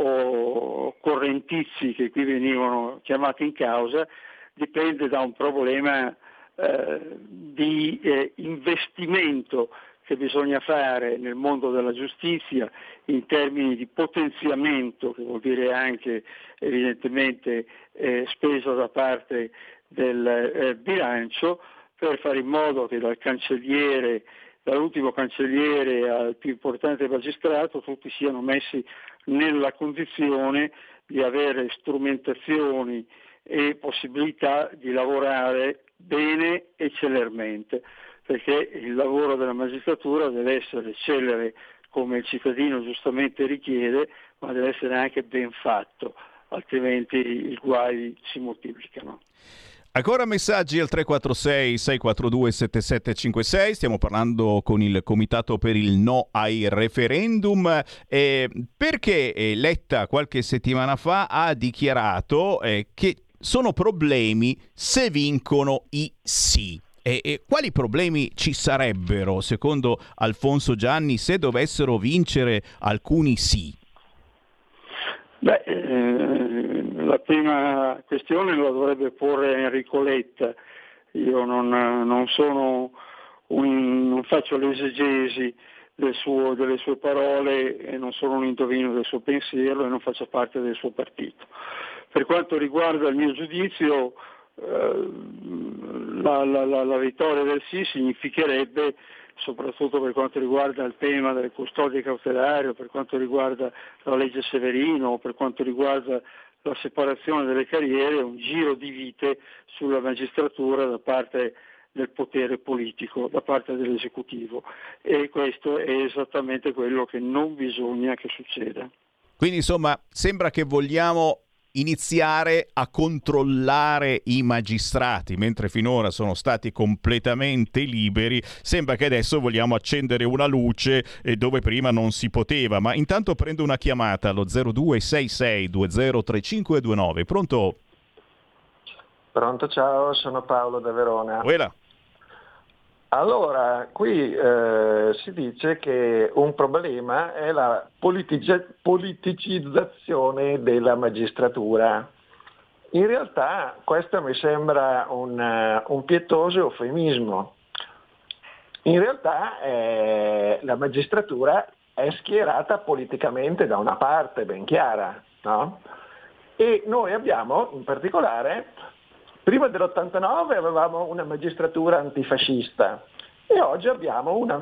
o correntizi che qui venivano chiamati in causa, dipende da un problema eh, di eh, investimento che bisogna fare nel mondo della giustizia in termini di potenziamento, che vuol dire anche evidentemente eh, speso da parte del eh, bilancio, per fare in modo che dal cancelliere, dall'ultimo cancelliere al più importante magistrato, tutti siano messi nella condizione di avere strumentazioni e possibilità di lavorare bene e celermente, perché il lavoro della magistratura deve essere celere come il cittadino giustamente richiede, ma deve essere anche ben fatto, altrimenti i guai si moltiplicano. Ancora messaggi al tre quattro sei sei quattro due sette sette cinque sei, stiamo parlando con il Comitato per il No ai referendum, eh, perché eh, Letta qualche settimana fa ha dichiarato eh, che sono problemi se vincono i sì. E, e quali problemi ci sarebbero, secondo Alfonso Gianni, se dovessero vincere alcuni sì? Beh, eh, la prima questione la dovrebbe porre Enrico Letta. Io non, non sono un, non faccio l'esegesi del suo, delle sue parole e non sono un indovino del suo pensiero e non faccio parte del suo partito. Per quanto riguarda il mio giudizio, La, la, la, la vittoria del sì significherebbe, soprattutto per quanto riguarda il tema delle custodie cautelari, o per quanto riguarda la legge Severino, o per quanto riguarda la separazione delle carriere, un giro di vite sulla magistratura da parte del potere politico, da parte dell'esecutivo, e questo è esattamente quello che non bisogna che succeda. Quindi insomma sembra che vogliamo iniziare a controllare i magistrati, mentre finora sono stati completamente liberi. Sembra che adesso vogliamo accendere una luce dove prima non si poteva. Ma intanto prendo una chiamata allo zero due sei sei due zero tre cinque due nove. Pronto? Pronto, ciao, sono Paolo da Verona. Uela. Allora, qui eh, si dice che un problema è la politici- politicizzazione della magistratura. In realtà questo mi sembra un, uh, un pietoso eufemismo. In realtà eh, la magistratura è schierata politicamente da una parte ben chiara, no? E noi abbiamo in particolare, prima dell'ottantanove avevamo una magistratura antifascista e oggi abbiamo una,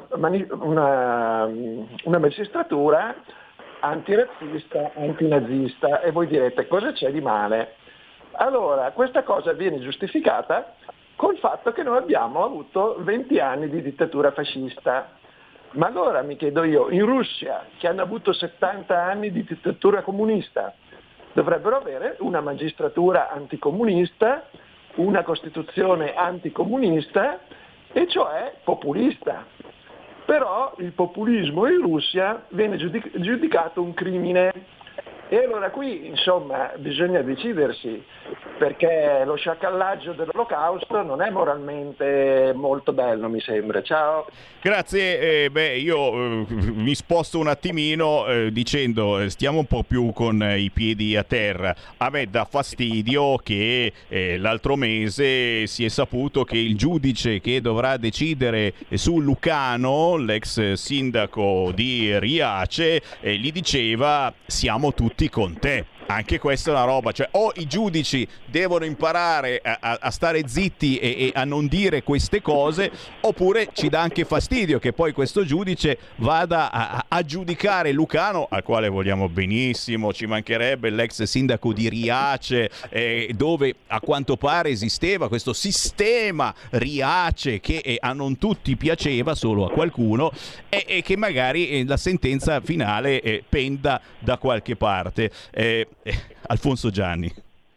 una, una magistratura antirazzista, antinazista, e voi direte cosa c'è di male? Allora, questa cosa viene giustificata col fatto che noi abbiamo avuto venti anni di dittatura fascista. Ma allora mi chiedo io, in Russia, che hanno avuto settanta anni di dittatura comunista, dovrebbero avere una magistratura anticomunista, una Costituzione anticomunista, e cioè populista. Però il populismo in Russia viene giudic- giudicato un crimine. E allora qui, insomma, bisogna decidersi, perché lo sciacallaggio dell'Olocausto non è moralmente molto bello, mi sembra. Ciao. Grazie, eh, beh, io eh, mi sposto un attimino eh, dicendo eh, stiamo un po' più con eh, i piedi a terra. A me dà fastidio che eh, l'altro mese si è saputo che il giudice che dovrà decidere su Lucano, l'ex sindaco di Riace, eh, gli diceva siamo tutti con te. Anche questa è una roba, cioè o i giudici devono imparare a, a, a stare zitti e, e a non dire queste cose, oppure ci dà anche fastidio che poi questo giudice vada a, a giudicare Lucano, al quale vogliamo benissimo, ci mancherebbe, l'ex sindaco di Riace, eh, dove a quanto pare esisteva questo sistema Riace che eh, a non tutti piaceva, solo a qualcuno, e, e che magari eh, la sentenza finale eh, penda da qualche parte. Eh, Eh, Alfonso Gianni.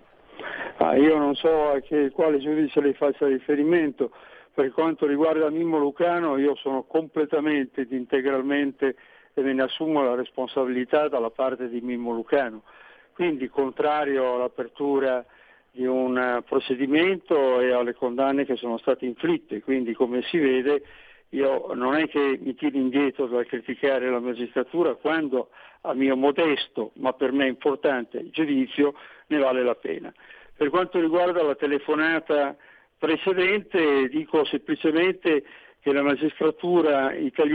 Ah, io non so a che, quale giudice lei faccia riferimento. Per quanto riguarda Mimmo Lucano, io sono completamente ed integralmente, e me ne assumo la responsabilità dalla parte di Mimmo Lucano. Quindi contrario all'apertura di un procedimento e alle condanne che sono state inflitte. Quindi, come si vede, io non è che mi tiri indietro dal criticare la magistratura quando, a mio modesto ma per me importante giudizio, ne vale la pena. Per quanto riguarda la telefonata precedente, dico semplicemente che la magistratura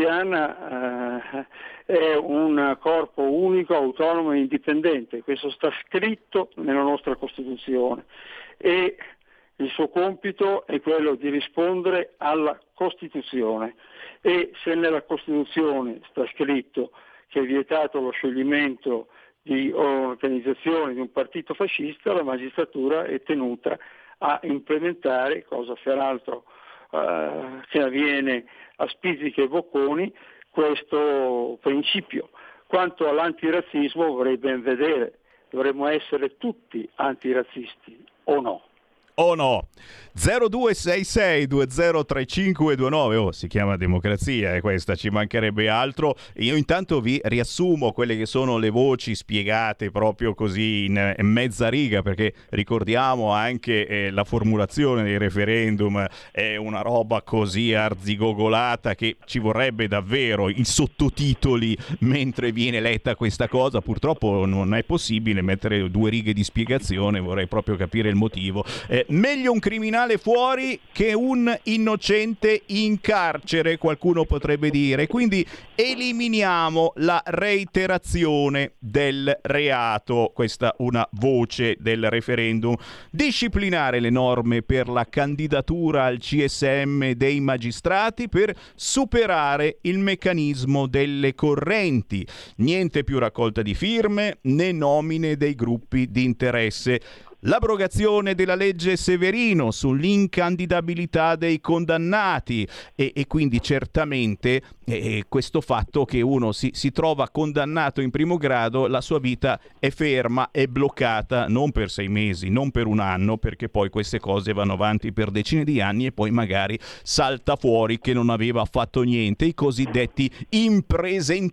italiana eh, è un corpo unico, autonomo e indipendente. Questo sta scritto nella nostra Costituzione e il suo compito è quello di rispondere alla Costituzione, e se nella Costituzione sta scritto che è vietato lo scioglimento di organizzazioni di un partito fascista, la magistratura è tenuta a implementare, cosa peraltro eh, che avviene a spizzichi e bocconi, questo principio. Quanto all'antirazzismo vorrei ben vedere, dovremmo essere tutti antirazzisti o no? O no? zero due sei sei due zero tre cinque due nove, oh, si chiama democrazia e eh, questa, ci mancherebbe altro. Io intanto vi riassumo quelle che sono le voci spiegate proprio così in, in mezza riga, perché ricordiamo anche eh, la formulazione dei referendum è una roba così arzigogolata che ci vorrebbe davvero i sottotitoli mentre viene letta questa cosa. Purtroppo non è possibile mettere due righe di spiegazione, vorrei proprio capire il motivo. Eh, meglio un criminale fuori che un innocente in carcere, qualcuno potrebbe dire. Quindi eliminiamo la reiterazione del reato, questa una voce del referendum. Disciplinare le norme per la candidatura al C S M dei magistrati per superare il meccanismo delle correnti. Niente più raccolta di firme né nomine dei gruppi di interesse. L'abrogazione della legge Severino sull'incandidabilità dei condannati e, e quindi certamente eh, questo fatto che uno si, si trova condannato in primo grado, la sua vita è ferma, è bloccata, non per sei mesi, non per un anno, perché poi queste cose vanno avanti per decine di anni e poi magari salta fuori che non aveva fatto niente, i cosiddetti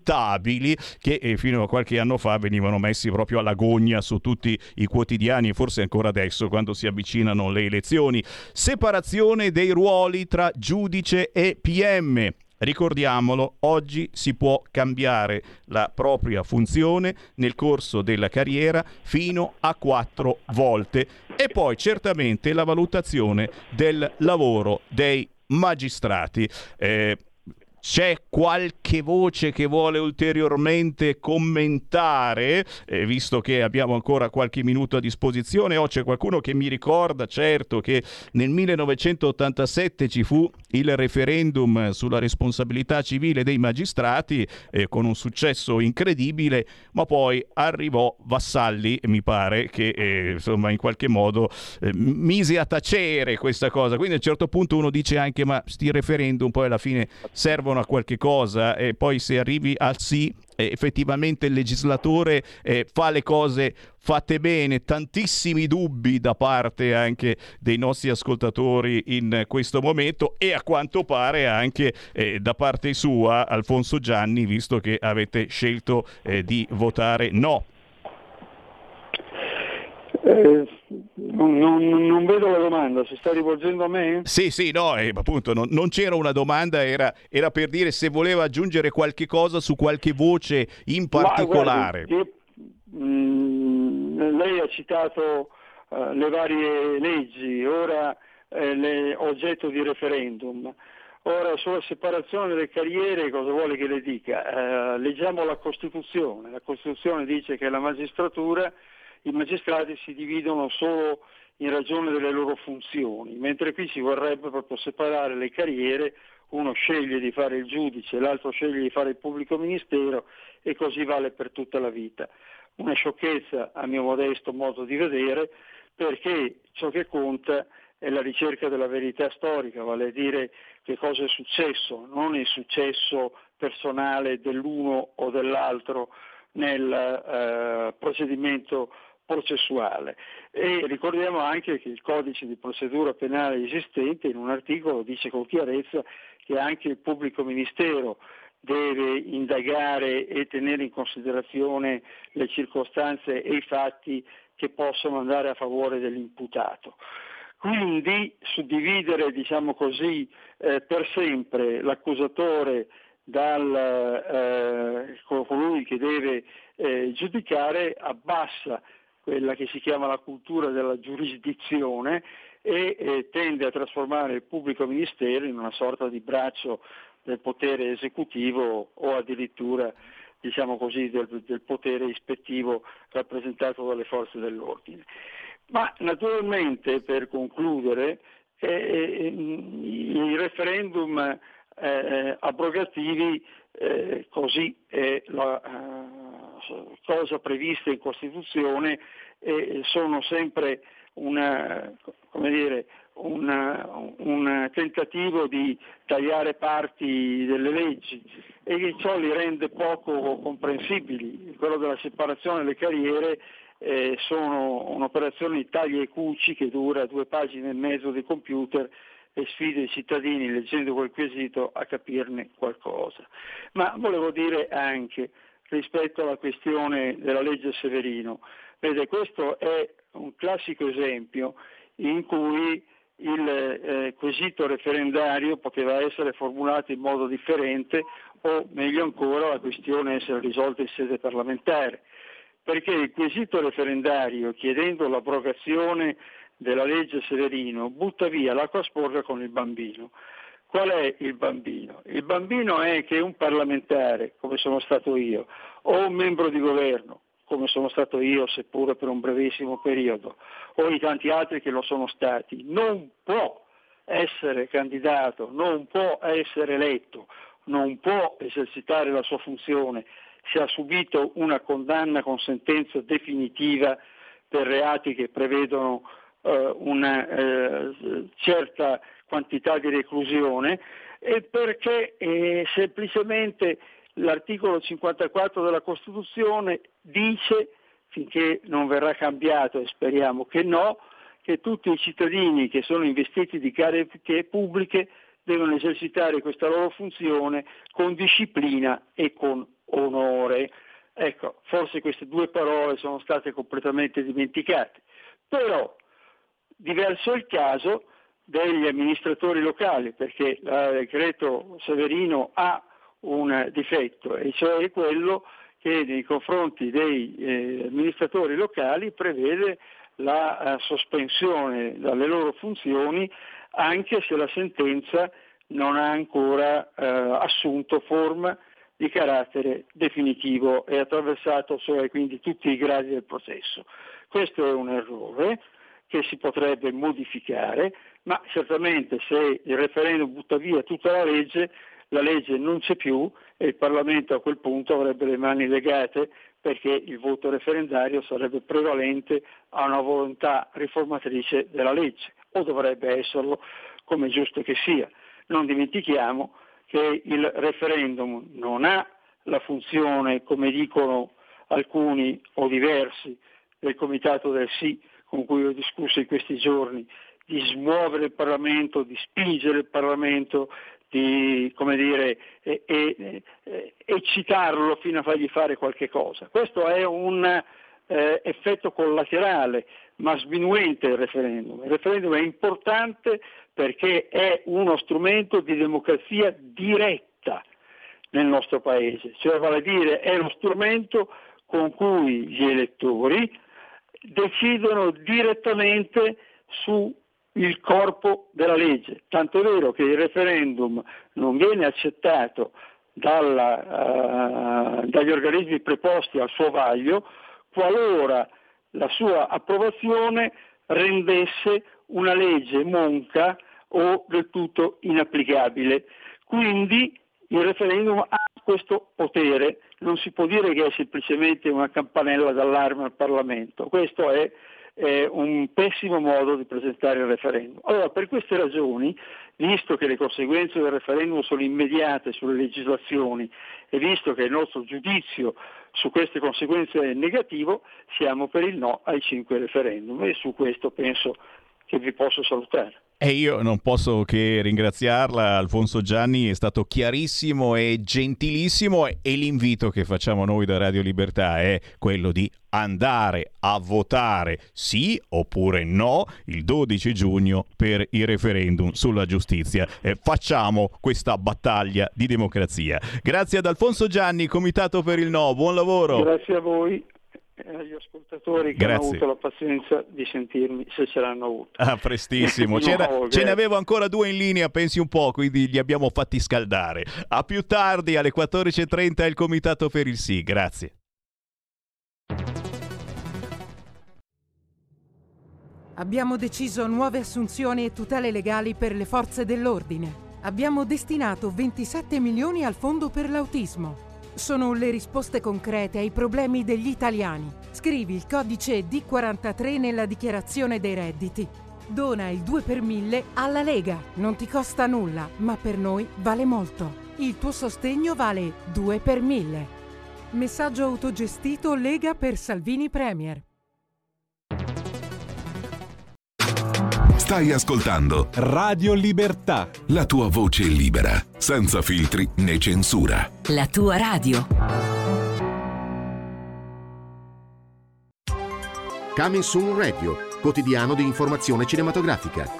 impresentabili che eh, fino a qualche anno fa venivano messi proprio alla gogna su tutti i quotidiani, forse forse ancora adesso quando si avvicinano le elezioni. Separazione dei ruoli tra giudice e P M. Ricordiamolo, oggi si può cambiare la propria funzione nel corso della carriera fino a quattro volte. E poi certamente la valutazione del lavoro dei magistrati. Eh, C'è qualche voce che vuole ulteriormente commentare, eh, visto che abbiamo ancora qualche minuto a disposizione, o c'è qualcuno che mi ricorda, certo, che nel millenovecentottantasette ci fu il referendum sulla responsabilità civile dei magistrati, eh, con un successo incredibile, ma poi arrivò Vassalli, mi pare, che eh, insomma in qualche modo eh, mise a tacere questa cosa. Quindi a un certo punto uno dice anche, ma sti referendum poi alla fine servono a qualche cosa, e poi se arrivi al sì, eh, effettivamente il legislatore eh, fa le cose fatte bene. Tantissimi dubbi da parte anche dei nostri ascoltatori in questo momento, e a quanto pare anche eh, da parte sua, Alfonso Gianni, visto che avete scelto eh, di votare no. Eh, non, non, non vedo la domanda, si sta rivolgendo a me? Sì, sì, no, eh, appunto non, non c'era una domanda, era, era per dire se voleva aggiungere qualche cosa su qualche voce in particolare. Ma, guardi, io, mh, lei ha citato uh, le varie leggi, ora eh, le, oggetto di referendum. Ora, sulla separazione delle carriere, cosa vuole che le dica? Uh, leggiamo la Costituzione. La Costituzione dice che la magistratura, i magistrati si dividono solo in ragione delle loro funzioni, mentre qui si vorrebbe proprio separare le carriere, uno sceglie di fare il giudice, l'altro sceglie di fare il pubblico ministero, e così vale per tutta la vita. Una sciocchezza a mio modesto modo di vedere, perché ciò che conta è la ricerca della verità storica, vale a dire che cosa è successo, non il successo personale dell'uno o dell'altro nel eh, procedimento processuale. E ricordiamo anche che il codice di procedura penale esistente in un articolo dice con chiarezza che anche il pubblico ministero deve indagare e tenere in considerazione le circostanze e i fatti che possono andare a favore dell'imputato. Quindi suddividere, diciamo così, eh, per sempre l'accusatore dal eh, colui che deve eh, giudicare abbassa quella che si chiama la cultura della giurisdizione e eh, tende a trasformare il pubblico ministero in una sorta di braccio del potere esecutivo o addirittura, diciamo così, del, del potere ispettivo rappresentato dalle forze dell'ordine. Ma naturalmente, per concludere, eh, i referendum eh, abrogativi, eh, così è la uh, cosa prevista in Costituzione, eh, sono sempre una, come dire, una, un tentativo di tagliare parti delle leggi, e che ciò li rende poco comprensibili. Quello della separazione delle carriere eh, sono un'operazione di taglia e cuci che dura due pagine e mezzo di computer e sfida i cittadini, leggendo quel quesito, a capirne qualcosa. Ma volevo dire anche, rispetto alla questione della legge Severino, vede, questo è un classico esempio in cui il eh, quesito referendario poteva essere formulato in modo differente, o meglio ancora la questione essere risolta in sede parlamentare, perché il quesito referendario, chiedendo l'abrogazione della legge Severino, butta via l'acqua sporca con il bambino. Qual è il bambino? Il bambino è che un parlamentare, come sono stato io, o un membro di governo, come sono stato io, seppure per un brevissimo periodo, o i tanti altri che lo sono stati, non può essere candidato, non può essere eletto, non può esercitare la sua funzione se ha subito una condanna con sentenza definitiva per reati che prevedono eh, una eh, certa quantità di reclusione, e perché eh, semplicemente l'articolo cinquantaquattro della Costituzione dice, finché non verrà cambiato, e speriamo che no, che tutti i cittadini che sono investiti di cariche pubbliche devono esercitare questa loro funzione con disciplina e con onore. Ecco, forse queste due parole sono state completamente dimenticate, Però diverso è il caso degli amministratori locali, perché il decreto Severino ha un difetto, e cioè quello che nei confronti dei eh, amministratori locali prevede la uh, sospensione dalle loro funzioni anche se la sentenza non ha ancora uh, assunto forma di carattere definitivo e attraversato cioè quindi tutti i gradi del processo. Questo è un errore che si potrebbe modificare, ma certamente se il referendum butta via tutta la legge, la legge non c'è più e il Parlamento a quel punto avrebbe le mani legate, perché il voto referendario sarebbe prevalente a una volontà riformatrice della legge, o dovrebbe esserlo, come è giusto che sia. Non dimentichiamo che il referendum non ha la funzione, come dicono alcuni o diversi del Comitato del Sì, con cui ho discusso in questi giorni, di smuovere il Parlamento, di spingere il Parlamento, di come dire, e, e, e, eccitarlo fino a fargli fare qualche cosa. Questo è un eh, effetto collaterale, ma sminuente il referendum. Il referendum è importante perché è uno strumento di democrazia diretta nel nostro Paese, cioè vale a dire è lo strumento con cui gli elettori decidono direttamente su il corpo della legge, tanto è vero che il referendum non viene accettato dalla, uh, dagli organismi preposti al suo vaglio qualora la sua approvazione rendesse una legge monca o del tutto inapplicabile. Quindi il referendum ha questo potere, non si può dire che è semplicemente una campanella d'allarme al Parlamento, questo è è un pessimo modo di presentare il referendum. Allora, per queste ragioni, visto che le conseguenze del referendum sono immediate sulle legislazioni e visto che il nostro giudizio su queste conseguenze è negativo, siamo per il no ai cinque referendum e su questo penso che vi posso salutare. E io non posso che ringraziarla, Alfonso Gianni, è stato chiarissimo e gentilissimo e l'invito che facciamo noi da Radio Libertà è quello di andare a votare sì oppure no il dodici giugno per il referendum sulla giustizia. Eh, facciamo questa battaglia di democrazia. Grazie ad Alfonso Gianni, Comitato per il No, buon lavoro. Grazie a voi. Agli ascoltatori che Grazie. hanno avuto la pazienza di sentirmi, se ce l'hanno avuto. Ah, prestissimo. Ce, no, ce ne avevo ancora due in linea, pensi un po', quindi li abbiamo fatti scaldare. A più tardi, alle quattordici e trenta, il Comitato per il Sì. Grazie. Abbiamo deciso nuove assunzioni e tutele legali per le forze dell'ordine. Abbiamo destinato ventisette milioni al fondo per l'autismo. Sono le risposte concrete ai problemi degli italiani. Scrivi il codice D quarantatré nella dichiarazione dei redditi. Dona il due per mille alla Lega. Non ti costa nulla, ma per noi vale molto. Il tuo sostegno vale due per mille. Messaggio autogestito Lega per Salvini Premier. Stai ascoltando Radio Libertà, la tua voce libera, senza filtri né censura. La tua radio. Coming Soon Radio, quotidiano di informazione cinematografica.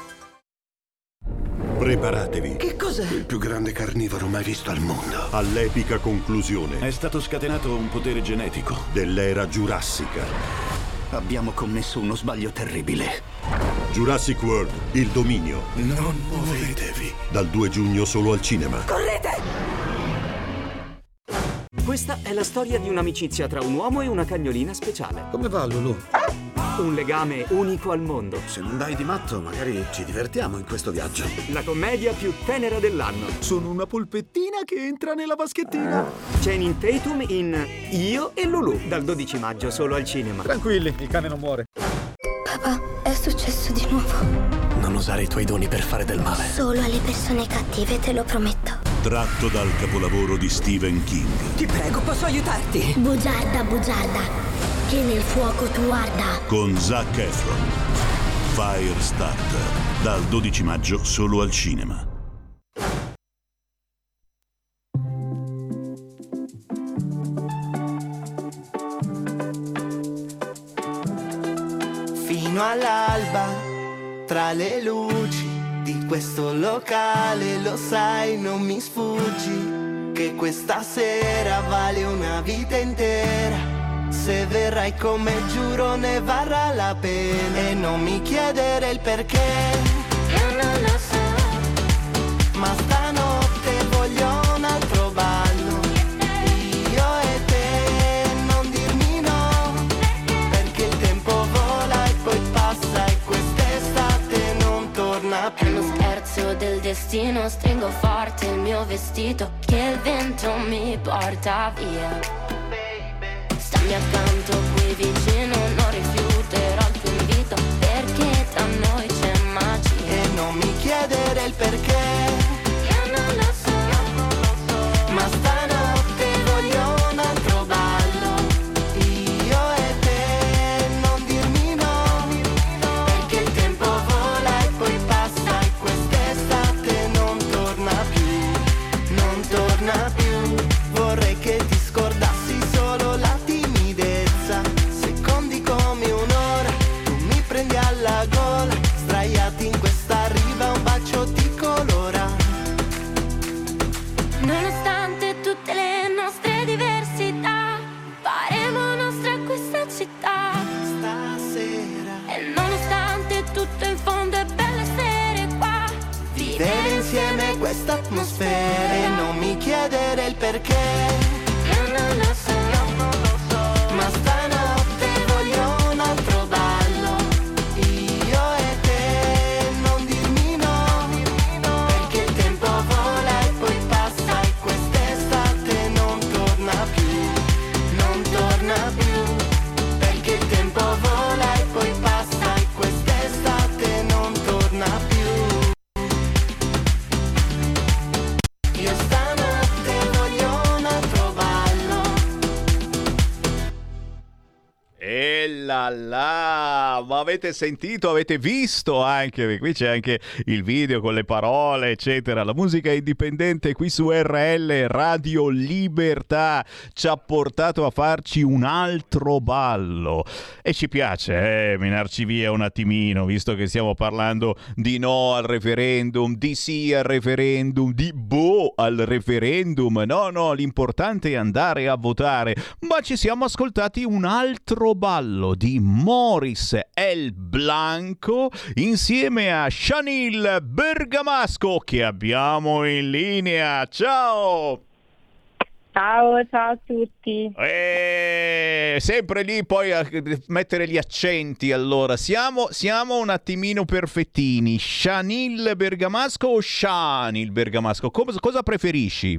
Preparatevi. Che cos'è? Il più grande carnivoro mai visto al mondo. All'epica conclusione. È stato scatenato un potere genetico. Dell'era giurassica. Abbiamo commesso uno sbaglio terribile. Jurassic World, il dominio. Non muovetevi. Dal due giugno solo al cinema. Correte! Questa è la storia di un'amicizia tra un uomo e una cagnolina speciale. Come va, Lulu? Un legame unico al mondo. Se non dai di matto, magari ci divertiamo in questo viaggio. La commedia più tenera dell'anno. Sono una polpettina che entra nella vaschettina. Channing Tatum in Io e Lulu, dal dodici maggio solo al cinema. Tranquilli, il cane non muore. Papà, è successo di nuovo. Non usare i tuoi doni per fare del male. Solo alle persone cattive, te lo prometto. Tratto dal capolavoro di Stephen King. Ti prego, posso aiutarti? Bugiarda, bugiarda, che nel fuoco tu arda. Con Zac Efron. Firestarter. Dal dodici maggio solo al cinema. Fino fino all'alba, tra le luci di questo locale. Lo sai, non mi sfuggi, che questa sera vale una vita intera. Se verrai con me giuro ne varrà la pena. E non mi chiedere il perché, io non lo so, ma stanotte voglio un altro ballo. Io e te, non dirmi no, perché il tempo vola e poi passa e quest'estate non torna più. È uno scherzo del destino, stringo forte il mio vestito, che il vento mi porta via. Stammi accanto qui vicino, non rifiuterò il tuo invito, perché tra noi c'è magia. E non mi chiedere il perché, io non lo so, ma stanotte voglio un altro ballo. Io e te, non dirmi no, perché il tempo vola e poi passa e quest'estate non torna più, non torna più. Vorrei che ti scordassi solo la timidezza, secondi come un'ora, tu mi prendi alla gola, sdraiati in questa riva un bacio ti colora. nonostante tutte le nostre diversità, faremo nostra questa città stasera. E nonostante tutto in fondo è bello essere qua, Vivere insieme questa atmosfera. E non mi chiedere il perché, io non lo so, ma stanotte voglio un altro ballo. Io e te, non dirmi no, perché il tempo vola e poi passa e quest'estate non torna più, non torna più, perché il tempo vola e poi passa e quest'estate non torna più. Io stanotte voglio un altro ballo. E là là, ma avete sentito, avete visto anche, perché qui c'è anche il video con le parole, eccetera. La musica indipendente qui su R L, Radio Libertà, ci ha portato a farci un altro ballo. E ci piace, eh, menarci via un attimino, visto che stiamo parlando di no al referendum, di sì al referendum, di boh al referendum. No, no, l'importante è andare a votare. Ma ci siamo ascoltati un altro ballo di Morris El Blanco insieme a Chanil Bergamasco, che abbiamo in linea. Ciao! Ciao, ciao a tutti. E sempre lì poi a mettere gli accenti. Allora siamo, siamo un attimino perfettini. Chanil Bergamasco o Chanil Bergamasco? Cosa, cosa preferisci?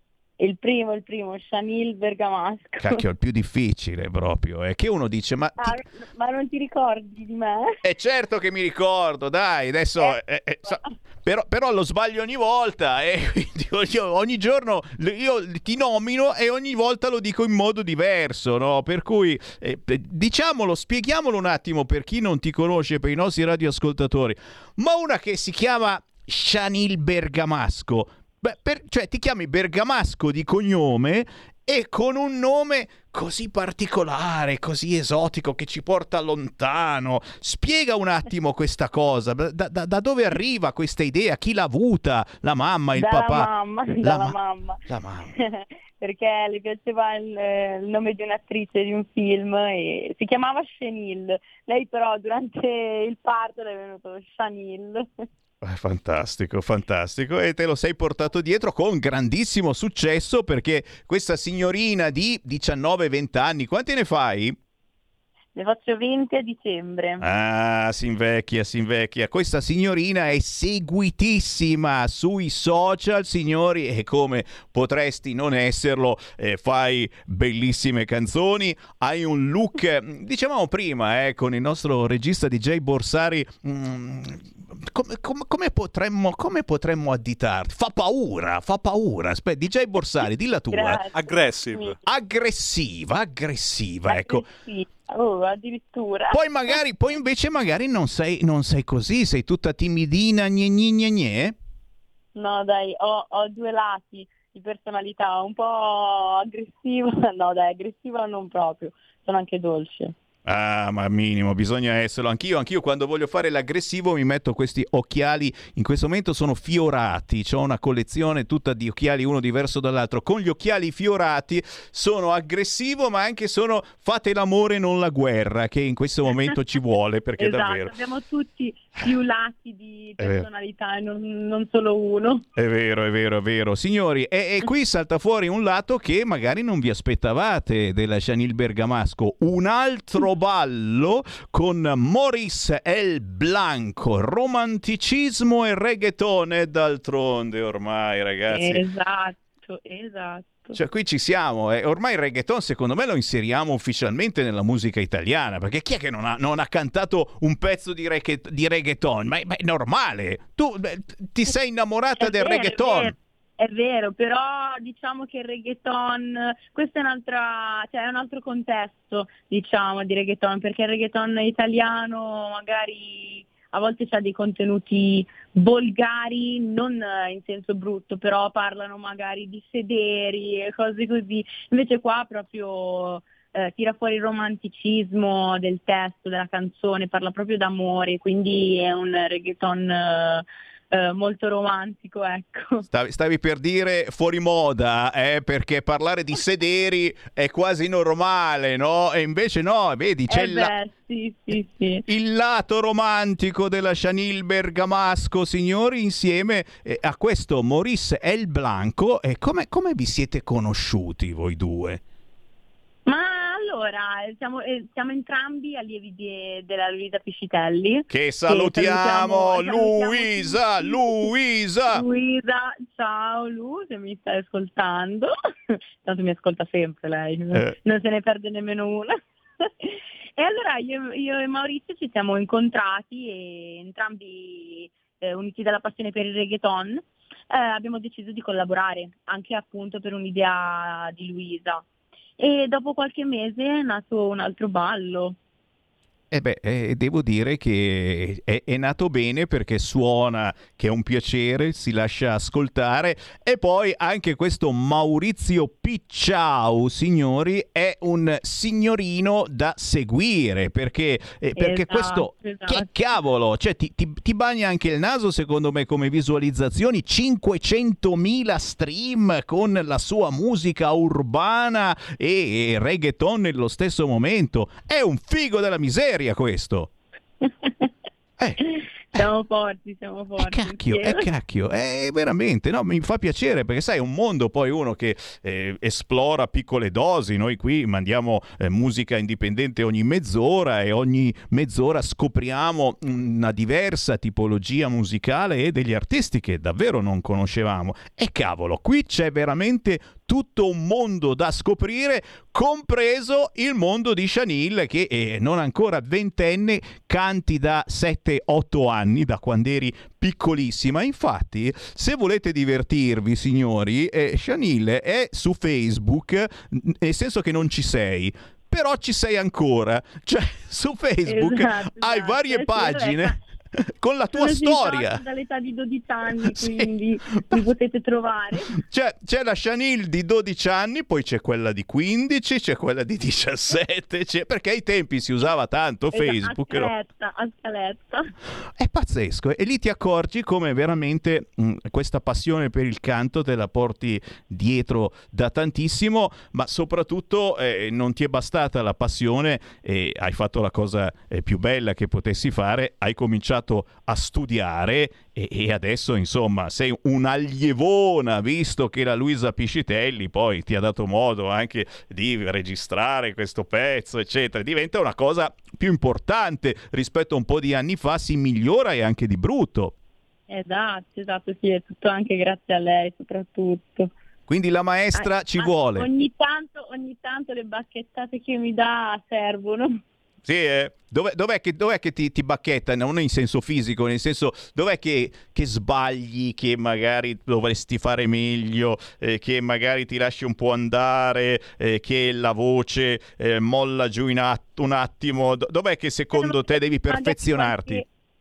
Il primo, il primo, Chanil Bergamasco. Cacchio, il più difficile proprio. È che uno dice, ma... Ah, ti... ma non ti ricordi di me? È certo che mi ricordo, dai, adesso... Eh, eh, so, però, però lo sbaglio ogni volta, e eh, io, ogni giorno io ti nomino e ogni volta lo dico in modo diverso, no? Per cui, eh, diciamolo, spieghiamolo un attimo per chi non ti conosce, per i nostri radioascoltatori. Ma una che si chiama Chanil Bergamasco... Beh, per, cioè ti chiami Bergamasco di cognome e con un nome così particolare, così esotico, che ci porta lontano. Spiega un attimo questa cosa, da, da, da dove arriva questa idea, chi l'ha avuta, la mamma, il dalla papà? Mamma, la dalla ma- mamma, la mamma. perché le piaceva il, il nome di un'attrice di un film e si chiamava Chanil, lei però durante il parto le è venuto Chanil. Fantastico, fantastico, e te lo sei portato dietro con grandissimo successo, perché questa signorina di diciannove venti anni, quanti ne fai? Ne faccio venti a dicembre. Ah, si invecchia, si invecchia. Questa signorina è seguitissima sui social, signori, e come potresti non esserlo, eh, fai bellissime canzoni, hai un look, dicevamo prima, eh, con il nostro regista D J Borsari, mm, come, come, come potremmo come potremmo additarti? Fa paura, fa paura. Aspetta, D J Borsari, dilla tua. Grazie. Aggressive. Aggressiva, aggressiva, ecco. Sì. Oh, addirittura. Poi magari, poi invece magari non sei, non sei così, sei tutta timidina, gne gne gne gne. No dai, ho, ho due lati di personalità, un po' aggressiva, no dai, aggressiva non proprio, sono anche dolce. Ah, ma minimo, bisogna esserlo. Anch'io, anch'io quando voglio fare l'aggressivo mi metto questi occhiali, in questo momento sono fiorati, ho una collezione tutta di occhiali uno diverso dall'altro. Con gli occhiali fiorati sono aggressivo, ma anche sono fate l'amore non la guerra, che in questo momento ci vuole, perché esatto, davvero abbiamo tutti più lati di personalità e non, non solo uno. È vero, è vero, è vero. Signori, e, e qui salta fuori un lato che magari non vi aspettavate della Chanel Bergamasco, un altro ballo con Maurice El Blanco, romanticismo e reggaeton, e d'altronde ormai, ragazzi. Esatto, esatto. Cioè qui ci siamo, eh. Ormai il reggaeton secondo me lo inseriamo ufficialmente nella musica italiana, perché chi è che non ha, non ha cantato un pezzo di, regga- di reggaeton? Ma, ma è normale, tu beh, ti sei innamorata È del vero, reggaeton. È vero. È vero, però diciamo che il reggaeton, questo è un'altra, cioè è un altro contesto, diciamo, di reggaeton, perché il reggaeton italiano magari a volte c'ha dei contenuti volgari, non in senso brutto, però parlano magari di sederi e cose così. Invece qua proprio eh, tira fuori il romanticismo del testo, della canzone, parla proprio d'amore, quindi è un reggaeton eh, eh, molto romantico, ecco. Stavi, stavi per dire fuori moda, eh, perché parlare di sederi è quasi normale, no? E invece no, vedi, c'è Eh il, la- beh, sì, sì, sì. il lato romantico della Chanel Bergamasco, signori, insieme eh, a questo Maurice El Blanco. E come, come vi siete conosciuti voi due? Ma allora, siamo, eh, siamo entrambi allievi di- della Luisa Piscitelli. Che salutiamo, salutiamo- Luisa, Luisa! Luisa, ciao Lu, se mi stai ascoltando. Tanto mi ascolta sempre lei, Eh. non se ne perde nemmeno una. E allora io, io e Maurizio ci siamo incontrati e entrambi eh, uniti dalla passione per il reggaeton eh, abbiamo deciso di collaborare, anche appunto per un'idea di Luisa. E dopo qualche mese è nato un altro ballo. E beh, eh, devo dire che è, è nato bene, perché suona che è un piacere, si lascia ascoltare. E poi anche questo Maurizio Picciau, signori, è un signorino da seguire, perché, eh, perché Esatto, questo, esatto. che cavolo, cioè ti, ti, ti bagna anche il naso secondo me come visualizzazioni, cinquecentomila stream con la sua musica urbana e, e reggaeton nello stesso momento. È un figo della miseria questo. Eh. Siamo forti, siamo forti. Eh cacchio, eh insieme. cacchio, è veramente, no, mi fa piacere, perché sai, è un mondo poi uno che eh, esplora piccole dosi. Noi qui mandiamo eh, musica indipendente ogni mezz'ora, e ogni mezz'ora scopriamo una diversa tipologia musicale e degli artisti che davvero non conoscevamo. E cavolo, qui c'è veramente tutto un mondo da scoprire, compreso il mondo di Chanel, che è non ancora ventenne, canti da sette otto anni, da quando eri piccolissima. Infatti, se volete divertirvi, signori, eh, Chanel è su Facebook, nel senso che non ci sei, però ci sei ancora. Cioè, su Facebook Esatto, hai esatto. varie Sì, pagine con la tua Sono storia. esistente dall'età di dodici anni, quindi mi potete trovare. C'è, c'è la Chanel di dodici anni, poi c'è quella di quindici, c'è quella di diciassette, c'è, perché ai tempi si usava tanto Facebook. A no? scaletta, a scaletta. È pazzesco, e lì ti accorgi come veramente mh, questa passione per il canto te la porti dietro da tantissimo, ma soprattutto eh, non ti è bastata la passione e hai fatto la cosa eh, più bella che potessi fare, hai cominciato a studiare e, e adesso insomma sei un'allievona, visto che la Luisa Piscitelli poi ti ha dato modo anche di registrare questo pezzo, eccetera. Diventa una cosa più importante rispetto a un po' di anni fa, si migliora, e anche di brutto. Esatto, esatto, sì, è tutto anche grazie a lei soprattutto. Quindi la maestra Eh, ci ma vuole. Ogni tanto, ogni tanto le bacchettate che mi dà servono. Sì, eh? Dov'è, dov'è che, dov'è che ti, ti bacchetta? Non in senso fisico, nel senso, dov'è che, che sbagli, che magari dovresti fare meglio, eh, che magari ti lasci un po' andare, eh, che la voce eh, molla giù in att- un attimo? Do- Dov'è che secondo te devi perfezionarti? Qualche,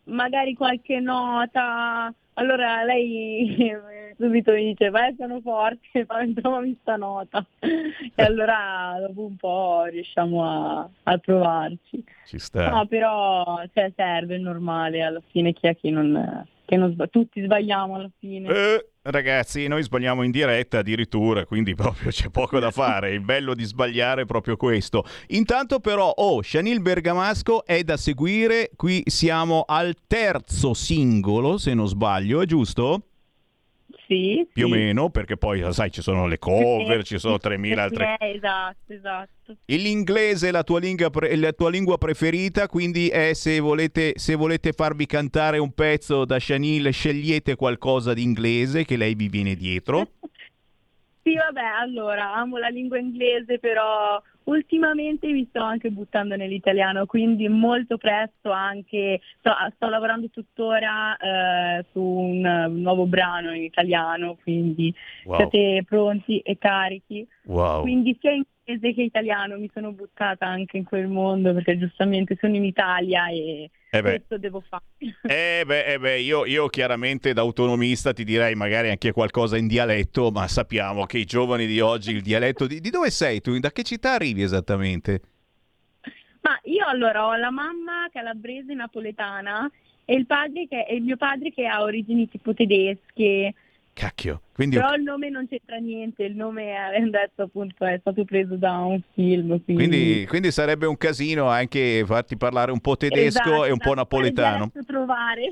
magari qualche nota, allora lei subito mi dice vai al pianoforte, trovami sta nota e allora dopo un po' riusciamo a, a trovarci. Ci sta. No, però cioè, serve, è normale, alla fine chi è che non, che non sbaglia, tutti sbagliamo alla fine. Eh, ragazzi, noi sbagliamo in diretta addirittura, quindi proprio c'è poco da fare. Il bello di sbagliare è proprio questo. Intanto però, oh, Chanil Bergamasco è da seguire. Qui siamo al terzo singolo, se non sbaglio, è giusto? Sì, più sì. o meno, perché poi sai ci sono le cover, ci sono tremila altre. Eh, esatto, esatto. L'inglese è la tua lingua, pre- la tua lingua preferita, quindi è, se volete se volete farvi cantare un pezzo da Chanil, scegliete qualcosa di inglese che lei vi viene dietro. Sì, vabbè, allora, amo la lingua inglese, però ultimamente mi sto anche buttando nell'italiano, quindi molto presto anche, sto, sto lavorando tuttora eh, su un, un nuovo brano in italiano, quindi wow. Siete pronti e carichi. Wow. Quindi sia inglese che italiano mi sono buttata anche in quel mondo, perché giustamente sono in Italia e eh beh. questo devo fare. Eh beh, eh beh io, io chiaramente da autonomista ti direi magari anche qualcosa in dialetto, ma sappiamo che i giovani di oggi il dialetto... Di, di dove sei tu? Da che città arrivi esattamente? Ma io allora ho la mamma calabrese napoletana e il padre che è il mio padre che ha origini tipo tedesche. Cacchio. Quindi... Però il nome non c'entra niente, il nome è detto appunto è stato preso da un film. Quindi, quindi, quindi sarebbe un casino anche farti parlare un po' tedesco esatto, e un po' napoletano. Trovare.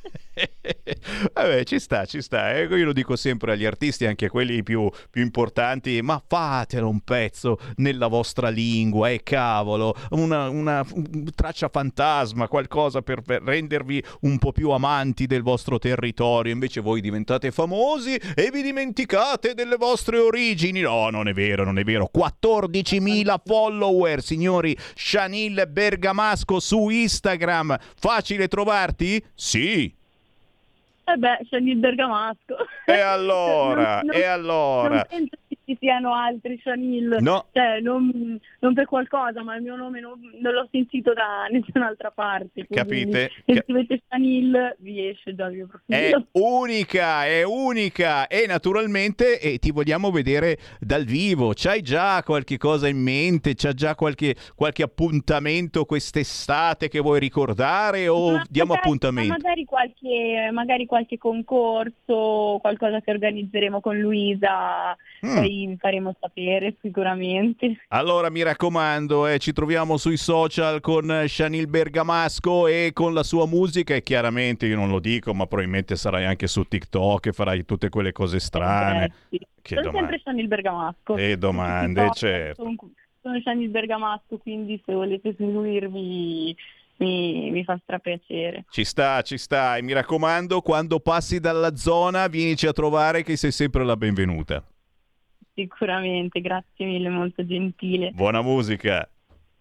Vabbè, ci sta, ci sta. Eh. Io lo dico sempre agli artisti, anche a quelli più, più importanti, ma fatelo un pezzo nella vostra lingua, eh cavolo, una, una traccia fantasma, qualcosa per, per rendervi un po' più amanti del vostro territorio. Invece voi diventate famosi e vi dimenticate delle vostre origini. No, non è vero, non è vero. quattordicimila follower, signori. Chanil Bergamasco su Instagram. Facile trovarti? Sì. Eh beh, Chanil Bergamasco. E allora, non, non, e allora. Non penso che ci siano altri Chanil. No. Cioè, non, non per qualcosa, ma il mio nome non, non l'ho sentito da nessun'altra parte. Capite? Se scrivete Chanil vi esce dal mio profilo. È unica, è unica. E naturalmente eh, ti vogliamo vedere dal vivo. C'hai già qualche cosa in mente? C'hai già qualche, qualche appuntamento quest'estate che vuoi ricordare? O ma diamo magari, appuntamento? Magari qualche, magari qualche concorso, qualcosa che organizzeremo con Luisa, Mm. poi vi faremo sapere sicuramente. Allora mi raccomando, eh, ci troviamo sui social con Chanil Bergamasco e con la sua musica, e chiaramente io non lo dico, ma probabilmente sarai anche su TikTok e farai tutte quelle cose strane. Eh, sì. Che sono domande. sempre Chanil Bergamasco. E domande, No, certo. Sono, sono Chanil Bergamasco, quindi se volete seguirvi mi, mi fa strapiacere. Ci sta, ci sta, e mi raccomando, quando passi dalla zona vienici a trovare, che sei sempre la benvenuta. Sicuramente, grazie mille, molto gentile. Buona musica.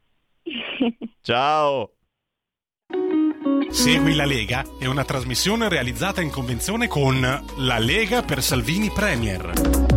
Ciao. Segui la Lega è una trasmissione realizzata in convenzione con La Lega per Salvini Premier.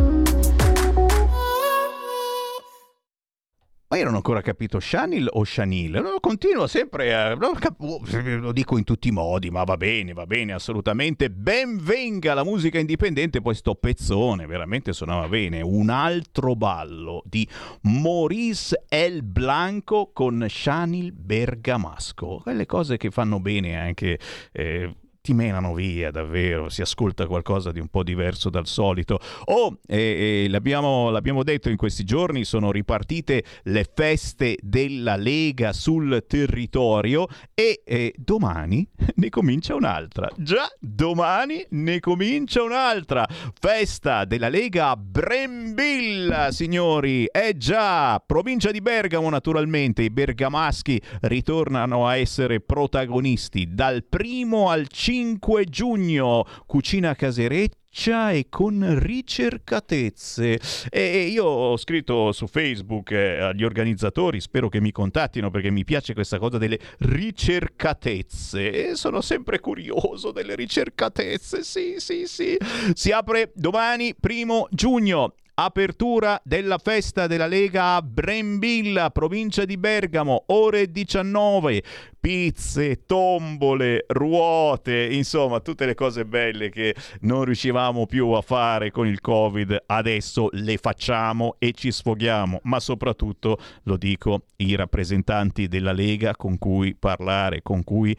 Ma io non ho ancora capito, Chanil o Chanil? No, continuo sempre a... Lo dico in tutti i modi, ma va bene, va bene, assolutamente. Ben venga la musica indipendente, poi sto pezzone, veramente suonava bene. Un altro ballo di Maurice El Blanco con Chanil Bergamasco. Quelle cose che fanno bene anche... Eh, ti menano via, davvero, si ascolta qualcosa di un po' diverso dal solito. Oh, eh, eh, l'abbiamo, l'abbiamo detto, in questi giorni sono ripartite le feste della Lega sul territorio e eh, domani ne comincia un'altra. Già, domani ne comincia un'altra festa della Lega a Brembilla, signori. Eh già, provincia di Bergamo, naturalmente. I bergamaschi ritornano a essere protagonisti dal primo al cinque giugno, cucina casereccia e con ricercatezze. E io ho scritto su Facebook eh, agli organizzatori, spero che mi contattino perché mi piace questa cosa delle ricercatezze e sono sempre curioso delle ricercatezze. Sì, sì, sì. Si apre domani, primo giugno. Apertura della festa della Lega a Brembilla, provincia di Bergamo, ore diciannove. pizze, tombole, ruote, insomma tutte le cose belle che non riuscivamo più a fare con il Covid, adesso le facciamo e ci sfoghiamo, ma soprattutto, lo dico, i rappresentanti della Lega con cui parlare, con cui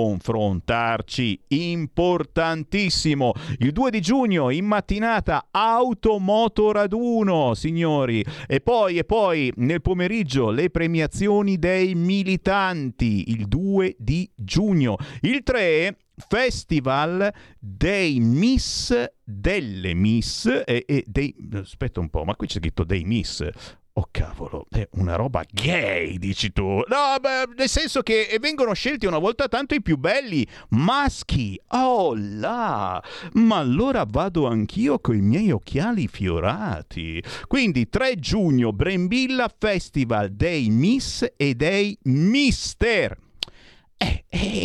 confrontarci, importantissimo. Il due di giugno in mattinata automotoraduno, signori, e poi e poi nel pomeriggio le premiazioni dei militanti, il due di giugno. Il tre Festival dei Miss, delle Miss e, e dei... aspetta un po', ma qui c'è scritto dei Miss. Oh cavolo, è una roba gay, dici tu. No, beh, nel senso che vengono scelti una volta tanto i più belli maschi. Oh là, ma allora vado anch'io coi miei occhiali fiorati. Quindi tre giugno, Brembilla, Festival dei Miss e dei Mister. Eh,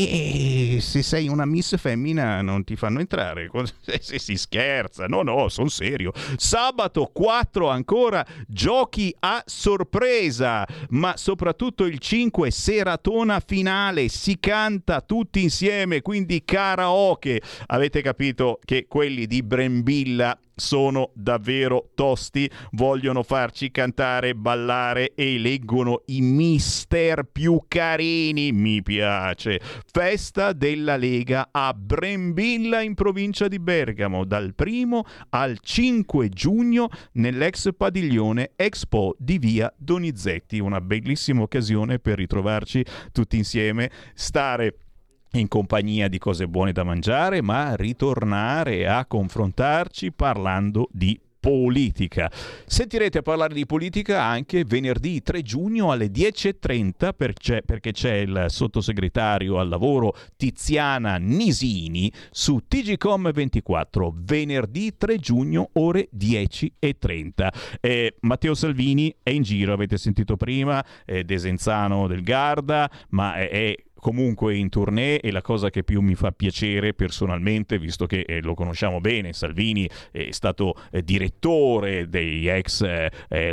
eh, se sei una miss femmina non ti fanno entrare, se, se si scherza, no no, sono serio. Sabato quattro ancora giochi a sorpresa, ma soprattutto il cinque seratona finale, si canta tutti insieme, quindi karaoke. Avete capito che quelli di Brembilla sono davvero tosti, vogliono farci cantare, ballare e eleggono i mister più carini. Mi piace. Festa della Lega a Brembilla in provincia di Bergamo dal primo al cinque giugno nell'ex padiglione Expo di via Donizetti. Una bellissima occasione per ritrovarci tutti insieme, stare in compagnia di cose buone da mangiare, ma ritornare a confrontarci parlando di politica. Sentirete parlare di politica anche venerdì tre giugno alle dieci e trenta perché, perché c'è il sottosegretario al lavoro Tiziana Nisini su T G Com ventiquattro, venerdì tre giugno ore dieci e trenta. Eh, Matteo Salvini è in giro, avete sentito prima, è Desenzano del Garda, ma è, è comunque in tournée, e la cosa che più mi fa piacere personalmente, visto che eh, lo conosciamo bene, Salvini è stato eh, direttore dei ex eh,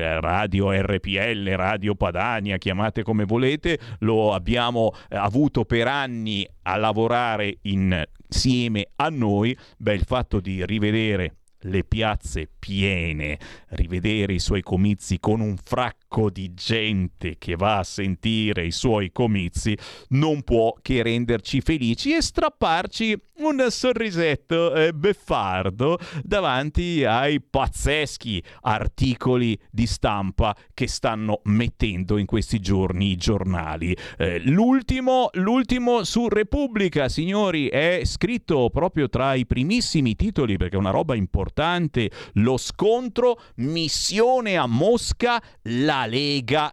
Radio R P L, Radio Padania, chiamate come volete, lo abbiamo eh, avuto per anni a lavorare insieme a noi. Beh, il fatto di rivedere le piazze piene, rivedere i suoi comizi con un fracco di gente che va a sentire i suoi comizi, non può che renderci felici e strapparci un sorrisetto eh, beffardo davanti ai pazzeschi articoli di stampa che stanno mettendo in questi giorni i giornali. Eh, l'ultimo, l'ultimo su Repubblica, signori, è scritto proprio tra i primissimi titoli, perché è una roba importante. Lo scontro, missione a Mosca, la Lega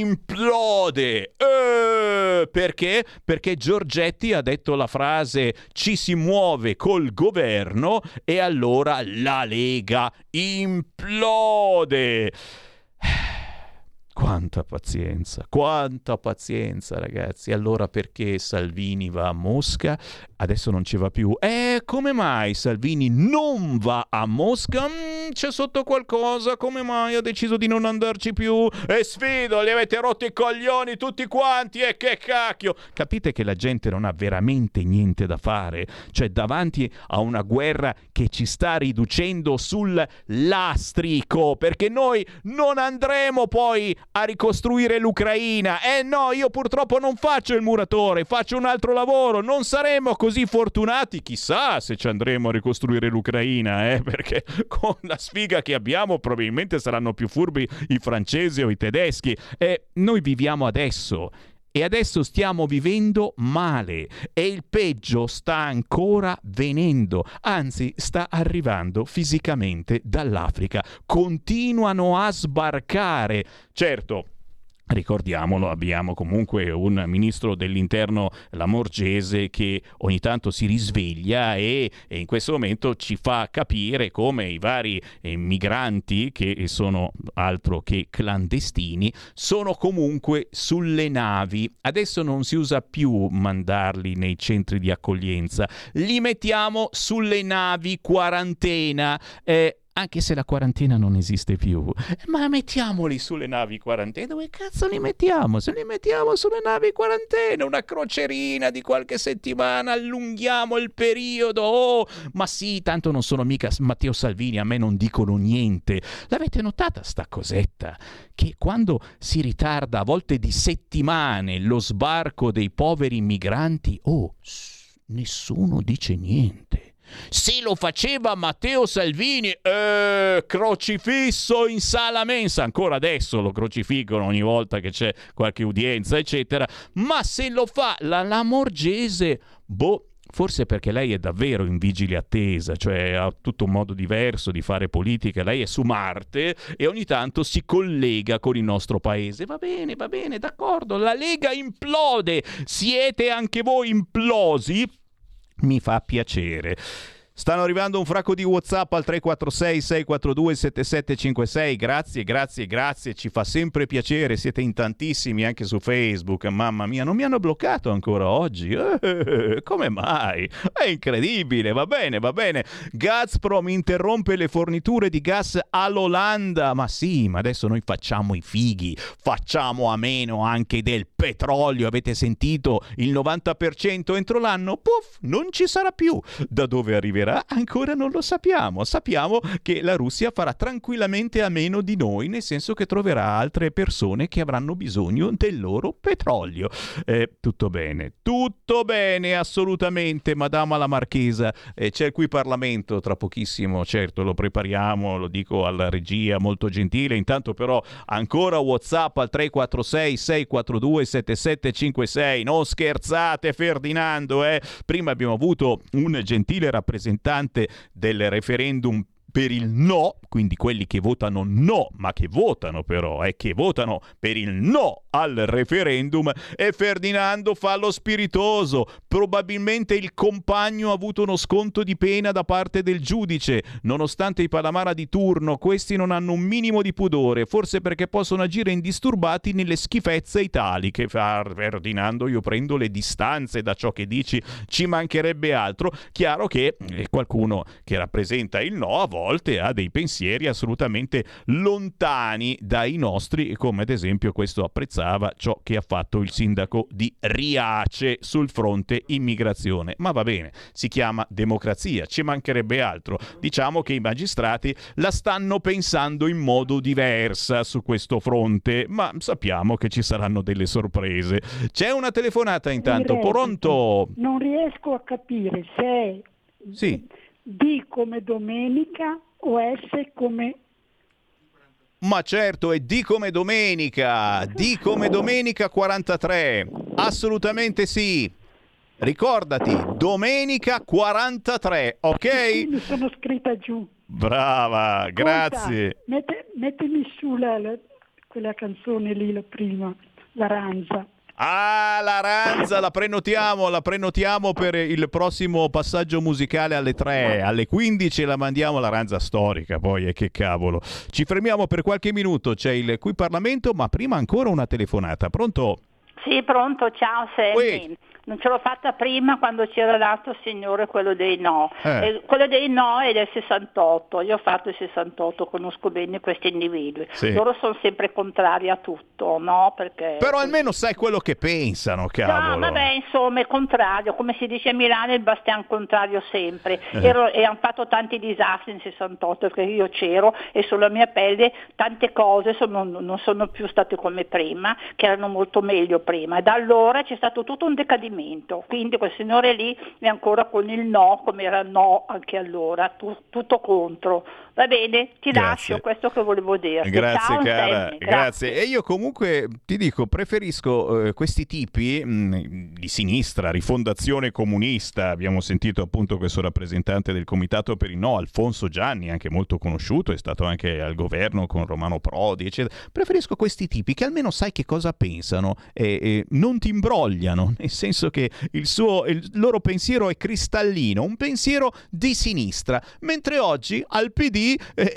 implode. Eh, perché? Perché Giorgetti ha detto la frase ci si muove col governo e allora la Lega implode. Quanta pazienza, quanta pazienza, ragazzi. Allora perché Salvini va a Mosca? Adesso non ci va più. Eh, come mai Salvini non va a Mosca? Mm, c'è sotto qualcosa, come mai ha deciso di non andarci più? E sfido, li avete rotto i coglioni tutti quanti, e che cacchio! Capite che la gente non ha veramente niente da fare? Cioè, davanti a una guerra che ci sta riducendo sul lastrico, perché noi non andremo poi a ricostruire l'Ucraina. Eh no, io purtroppo non faccio il muratore, faccio un altro lavoro. Non saremo così fortunati, chissà se ci andremo a ricostruire l'Ucraina, eh, perché con la sfiga che abbiamo probabilmente saranno più furbi i francesi o i tedeschi. E noi viviamo adesso. E adesso stiamo vivendo male e il peggio sta ancora venendo, anzi sta arrivando fisicamente dall'Africa. Continuano a sbarcare. Certo, ricordiamolo, abbiamo comunque un ministro dell'interno, Lamorgese, che ogni tanto si risveglia e, e in questo momento ci fa capire come i vari eh, migranti, che sono altro che clandestini, sono comunque sulle navi. Adesso non si usa più mandarli nei centri di accoglienza, li mettiamo sulle navi quarantena. Eh, anche se la quarantena non esiste più. Ma mettiamoli sulle navi quarantena. Dove cazzo li mettiamo? Se li mettiamo sulle navi quarantena, una crocerina di qualche settimana, allunghiamo il periodo. Oh, ma sì, tanto non sono mica Matteo Salvini, a me non dicono niente. L'avete notata sta cosetta? Che quando si ritarda a volte di settimane lo sbarco dei poveri migranti, oh, nessuno dice niente. Se lo faceva Matteo Salvini, eh, crocifisso in sala mensa, ancora adesso lo crocifiggono ogni volta che c'è qualche udienza, eccetera, ma se lo fa la Lamorgese, boh, forse perché lei è davvero in vigile attesa, cioè ha tutto un modo diverso di fare politica, lei è su Marte e ogni tanto si collega con il nostro paese. Va bene, va bene, d'accordo, la Lega implode, siete anche voi implosi? Mi fa piacere. Stanno arrivando un fracco di WhatsApp al tre quattro sei sei quattro due sette sette cinque sei. Grazie, grazie, grazie. Ci fa sempre piacere. Siete in tantissimi anche su Facebook. Mamma mia, non mi hanno bloccato ancora oggi. Eh, come mai? È incredibile. Va bene, va bene. Gazprom interrompe le forniture di gas all'Olanda. Ma sì, ma adesso noi facciamo i fighi. Facciamo a meno anche del petrolio. Avete sentito? Il novanta per cento entro l'anno. Puff, non ci sarà più. Da dove arriverà? Ancora non lo sappiamo. Sappiamo che la Russia farà tranquillamente a meno di noi, nel senso che troverà altre persone che avranno bisogno del loro petrolio. Eh, tutto bene, tutto bene, assolutamente, Madama la Marchesa. Eh, c'è qui Parlamento tra pochissimo, certo, lo prepariamo, lo dico alla regia, molto gentile. Intanto però ancora WhatsApp al tre quattro sei sei quattro due sette sette cinque sei. Non scherzate, Ferdinando, eh? Prima abbiamo avuto un gentile rappresentante del referendum per il no, quindi quelli che votano no, ma che votano però, eh, che votano per il no al referendum, e Ferdinando fa lo spiritoso. Probabilmente il compagno ha avuto uno sconto di pena da parte del giudice, nonostante i Palamara di turno, questi non hanno un minimo di pudore, forse perché possono agire indisturbati nelle schifezze italiche. Ferdinando, io prendo le distanze da ciò che dici, ci mancherebbe altro. Chiaro che qualcuno che rappresenta il no a volte ha dei pensieri assolutamente lontani dai nostri, come ad esempio questo apprezzava ciò che ha fatto il sindaco di Riace sul fronte immigrazione. Ma va bene, si chiama democrazia, ci mancherebbe altro. Diciamo che i magistrati la stanno pensando in modo diversa su questo fronte, ma sappiamo che ci saranno delle sorprese. C'è una telefonata intanto, pronto? Non riesco a capire se è sì. D come domenica o S come... Ma certo, è D come domenica, D come domenica quarantatré, assolutamente sì. Ricordati, domenica quarantatré, ok? Sì, mi sono scritta giù. Brava, grazie. Mette, mettimi su la, la, quella canzone lì, la prima, l'Aranza. Ah, l'Aranza, la prenotiamo, la prenotiamo per il prossimo passaggio musicale alle tre, alle quindici la mandiamo, l'Aranza storica, poi e che cavolo. Ci fermiamo per qualche minuto, c'è il Qui Parlamento, ma prima ancora una telefonata. Pronto? Sì, pronto, ciao Sammy. Non ce l'ho fatta prima quando c'era l'altro signore, quello dei no. Eh. E quello dei no è del sessantotto, io ho fatto il sessantotto, conosco bene questi individui. Sì. Loro sono sempre contrari a tutto, no? Perché... Però almeno sai quello che pensano, cavolo. No, vabbè, insomma, è contrario, come si dice a Milano, il bastian contrario sempre. Eh. Ero, e hanno fatto tanti disastri nel sessantotto, perché io c'ero e sulla mia pelle tante cose sono, non sono più state come prima, che erano molto meglio prima. E da allora c'è stato tutto un decadimento. Quindi quel signore lì è ancora con il no, come era no anche allora, tu, tutto contro. Va bene, ti Grazie. lascio questo che volevo dire. Grazie Ciao, cara, Sammy, grazie. E io comunque ti dico, preferisco eh, questi tipi mh, di sinistra, rifondazione comunista. Abbiamo sentito appunto questo rappresentante del Comitato per il No, Alfonso Gianni, anche molto conosciuto, è stato anche al governo con Romano Prodi, eccetera. Preferisco questi tipi che almeno sai che cosa pensano e, e non ti imbrogliano, nel senso che il, suo, il loro pensiero è cristallino, un pensiero di sinistra, mentre oggi al P D eh,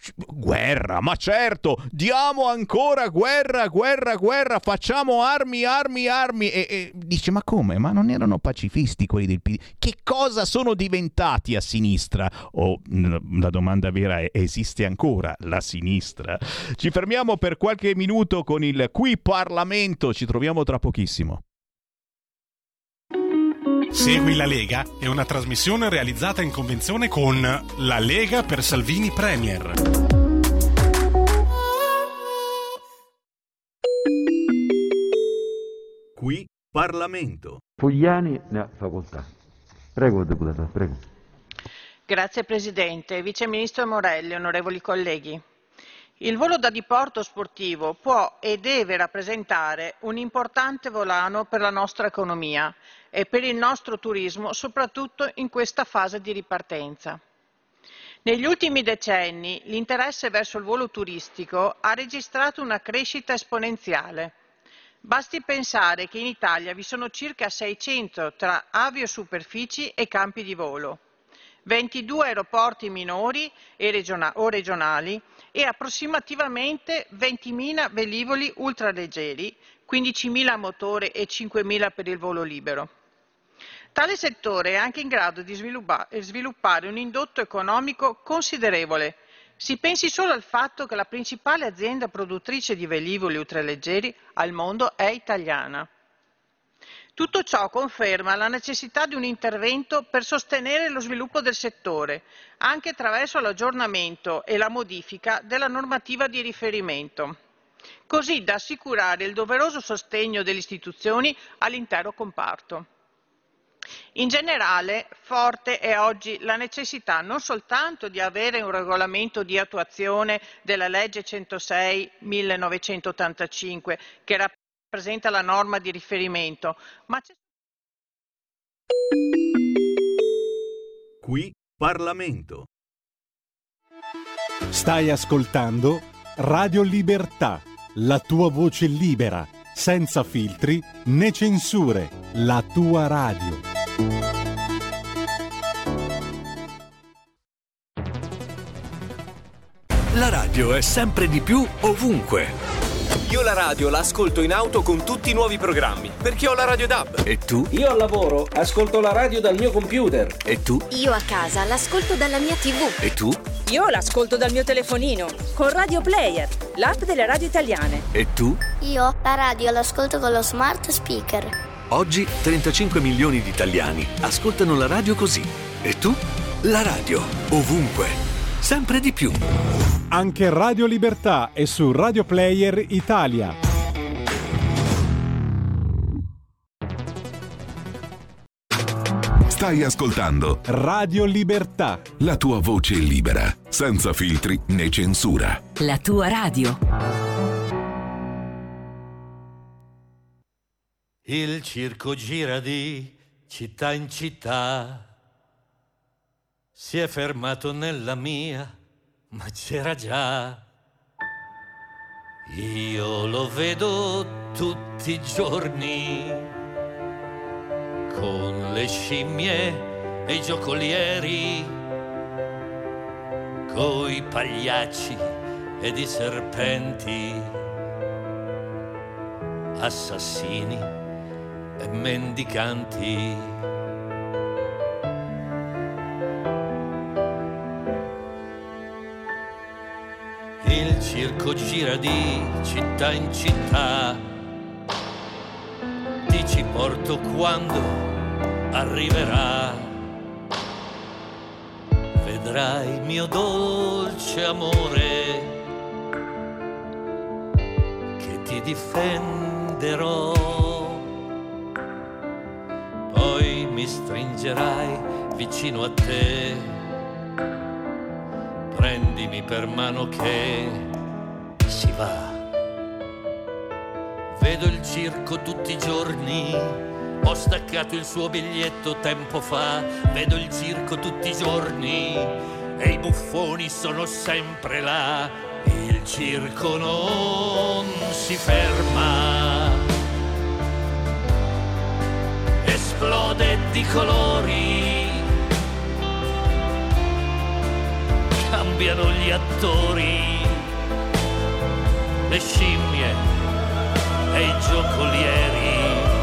Guerra, ma certo, diamo ancora guerra, guerra, guerra, facciamo armi, armi, armi. E, e dice, ma come? Ma non erano pacifisti quelli del P D? Che cosa sono diventati a sinistra? O la domanda vera è, esiste ancora la sinistra? Ci fermiamo per qualche minuto con il Qui Parlamento, ci troviamo tra pochissimo. Segui la Lega è una trasmissione realizzata in convenzione con La Lega per Salvini Premier. Qui Parlamento. Fogliani ne ha facoltà. Prego, deputata, prego. Grazie Presidente. Vice Ministro Morelli, onorevoli colleghi. Il volo da diporto sportivo può e deve rappresentare un importante volano per la nostra economia e per il nostro turismo, soprattutto in questa fase di ripartenza. Negli ultimi decenni l'interesse verso il volo turistico ha registrato una crescita esponenziale. Basti pensare che in Italia vi sono circa seicento tra aviosuperfici e campi di volo, ventidue aeroporti minori e regiona- o regionali e approssimativamente ventimila velivoli ultraleggeri, quindicimila a motore e cinquemila per il volo libero. Tale settore è anche in grado di sviluppa- sviluppare un indotto economico considerevole. Si pensi solo al fatto che la principale azienda produttrice di velivoli ultraleggeri al mondo è italiana. Tutto ciò conferma la necessità di un intervento per sostenere lo sviluppo del settore, anche attraverso l'aggiornamento e la modifica della normativa di riferimento, così da assicurare il doveroso sostegno delle istituzioni all'intero comparto. In generale, forte è oggi la necessità non soltanto di avere un regolamento di attuazione della legge centosei millenovecentottantacinque che rappresenta la norma di riferimento, ma c'è... Qui Parlamento. Stai ascoltando Radio Libertà, la tua voce libera, senza filtri né censure, la tua radio. La radio è sempre di più ovunque. Io la radio la ascolto in auto con tutti i nuovi programmi, perché ho la Radio D A B. E tu? Io al lavoro ascolto la radio dal mio computer. E tu? Io a casa l'ascolto dalla mia tivù. E tu? Io l'ascolto dal mio telefonino, con Radio Player, l'app delle radio italiane. E tu? Io la radio l'ascolto con lo smart speaker. Oggi trentacinque milioni di italiani ascoltano la radio così. E tu? La radio, ovunque, sempre di più. Anche Radio Libertà è su Radio Player Italia. Stai ascoltando Radio Libertà, la tua voce libera, senza filtri né censura. La tua radio. Il circo gira di città in città, si è fermato nella mia, ma c'era già. Io lo vedo tutti i giorni, con le scimmie e i giocolieri, coi pagliacci ed i serpenti, assassini e mendicanti. Il circo gira di città in città, ti ci porto quando arriverà. Vedrai mio dolce amore, che ti difenderò. Poi mi stringerai vicino a te, prendimi per mano che si va. Vedo il circo tutti i giorni, ho staccato il suo biglietto tempo fa. Vedo il circo tutti i giorni e i buffoni sono sempre là. Il circo non si ferma, esplode di colori, cambia ricambiano gli attori, le scimmie e i giocolieri.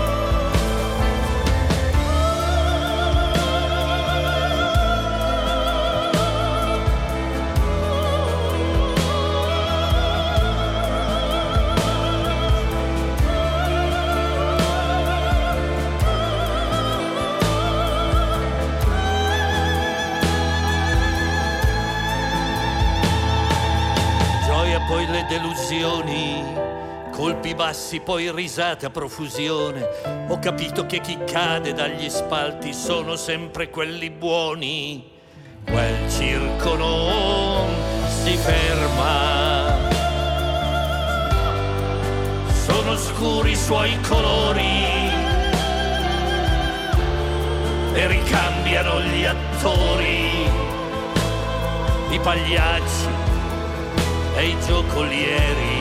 Poi le delusioni, colpi bassi, poi risate a profusione. Ho capito che chi cade dagli spalti sono sempre quelli buoni. Quel circo non si ferma, sono scuri i suoi colori e ricambiano gli attori, i pagliacci e i giocolieri.